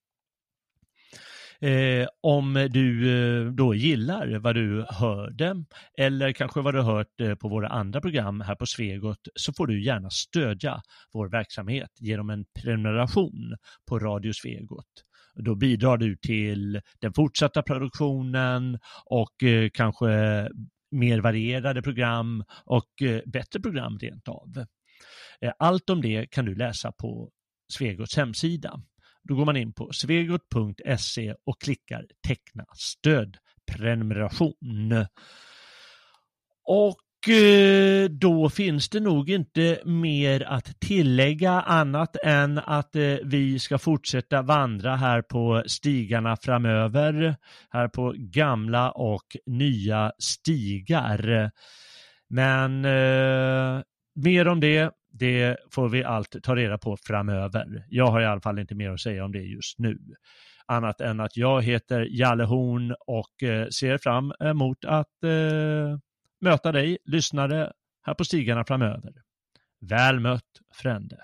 Om du då gillar vad du hörde eller kanske vad du hört på våra andra program här på Svegot, så får du gärna stödja vår verksamhet genom en prenumeration på Radio Svegot. Då bidrar du till den fortsatta produktionen och kanske mer varierade program och bättre program rent av. Allt om det kan du läsa på Svegots hemsida. Då går man in på svegot.se och klickar teckna stödprenumeration. Och då finns det nog inte mer att tillägga annat än att vi ska fortsätta vandra här på stigarna framöver. Här på gamla och nya stigar. Men mer om det får vi allt ta reda på framöver. Jag har i alla fall inte mer att säga om det just nu. Annat än att jag heter Jalle Horn och ser fram emot att möta dig, lyssnare, här på stigarna framöver. Väl mött, frände.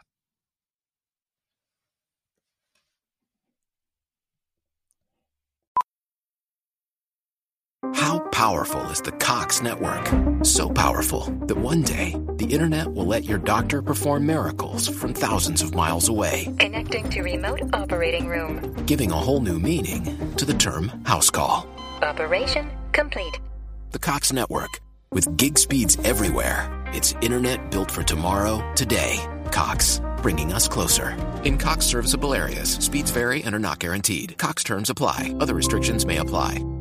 How powerful is the Cox network? So powerful that one day the internet will let your doctor perform miracles from thousands of miles away. Connecting to remote operating room. Giving a whole new meaning to the term house call. Operation complete. The Cox network. With gig speeds everywhere, it's internet built for tomorrow, today. Cox, bringing us closer. In Cox serviceable areas, speeds vary and are not guaranteed. Cox terms apply. Other restrictions may apply.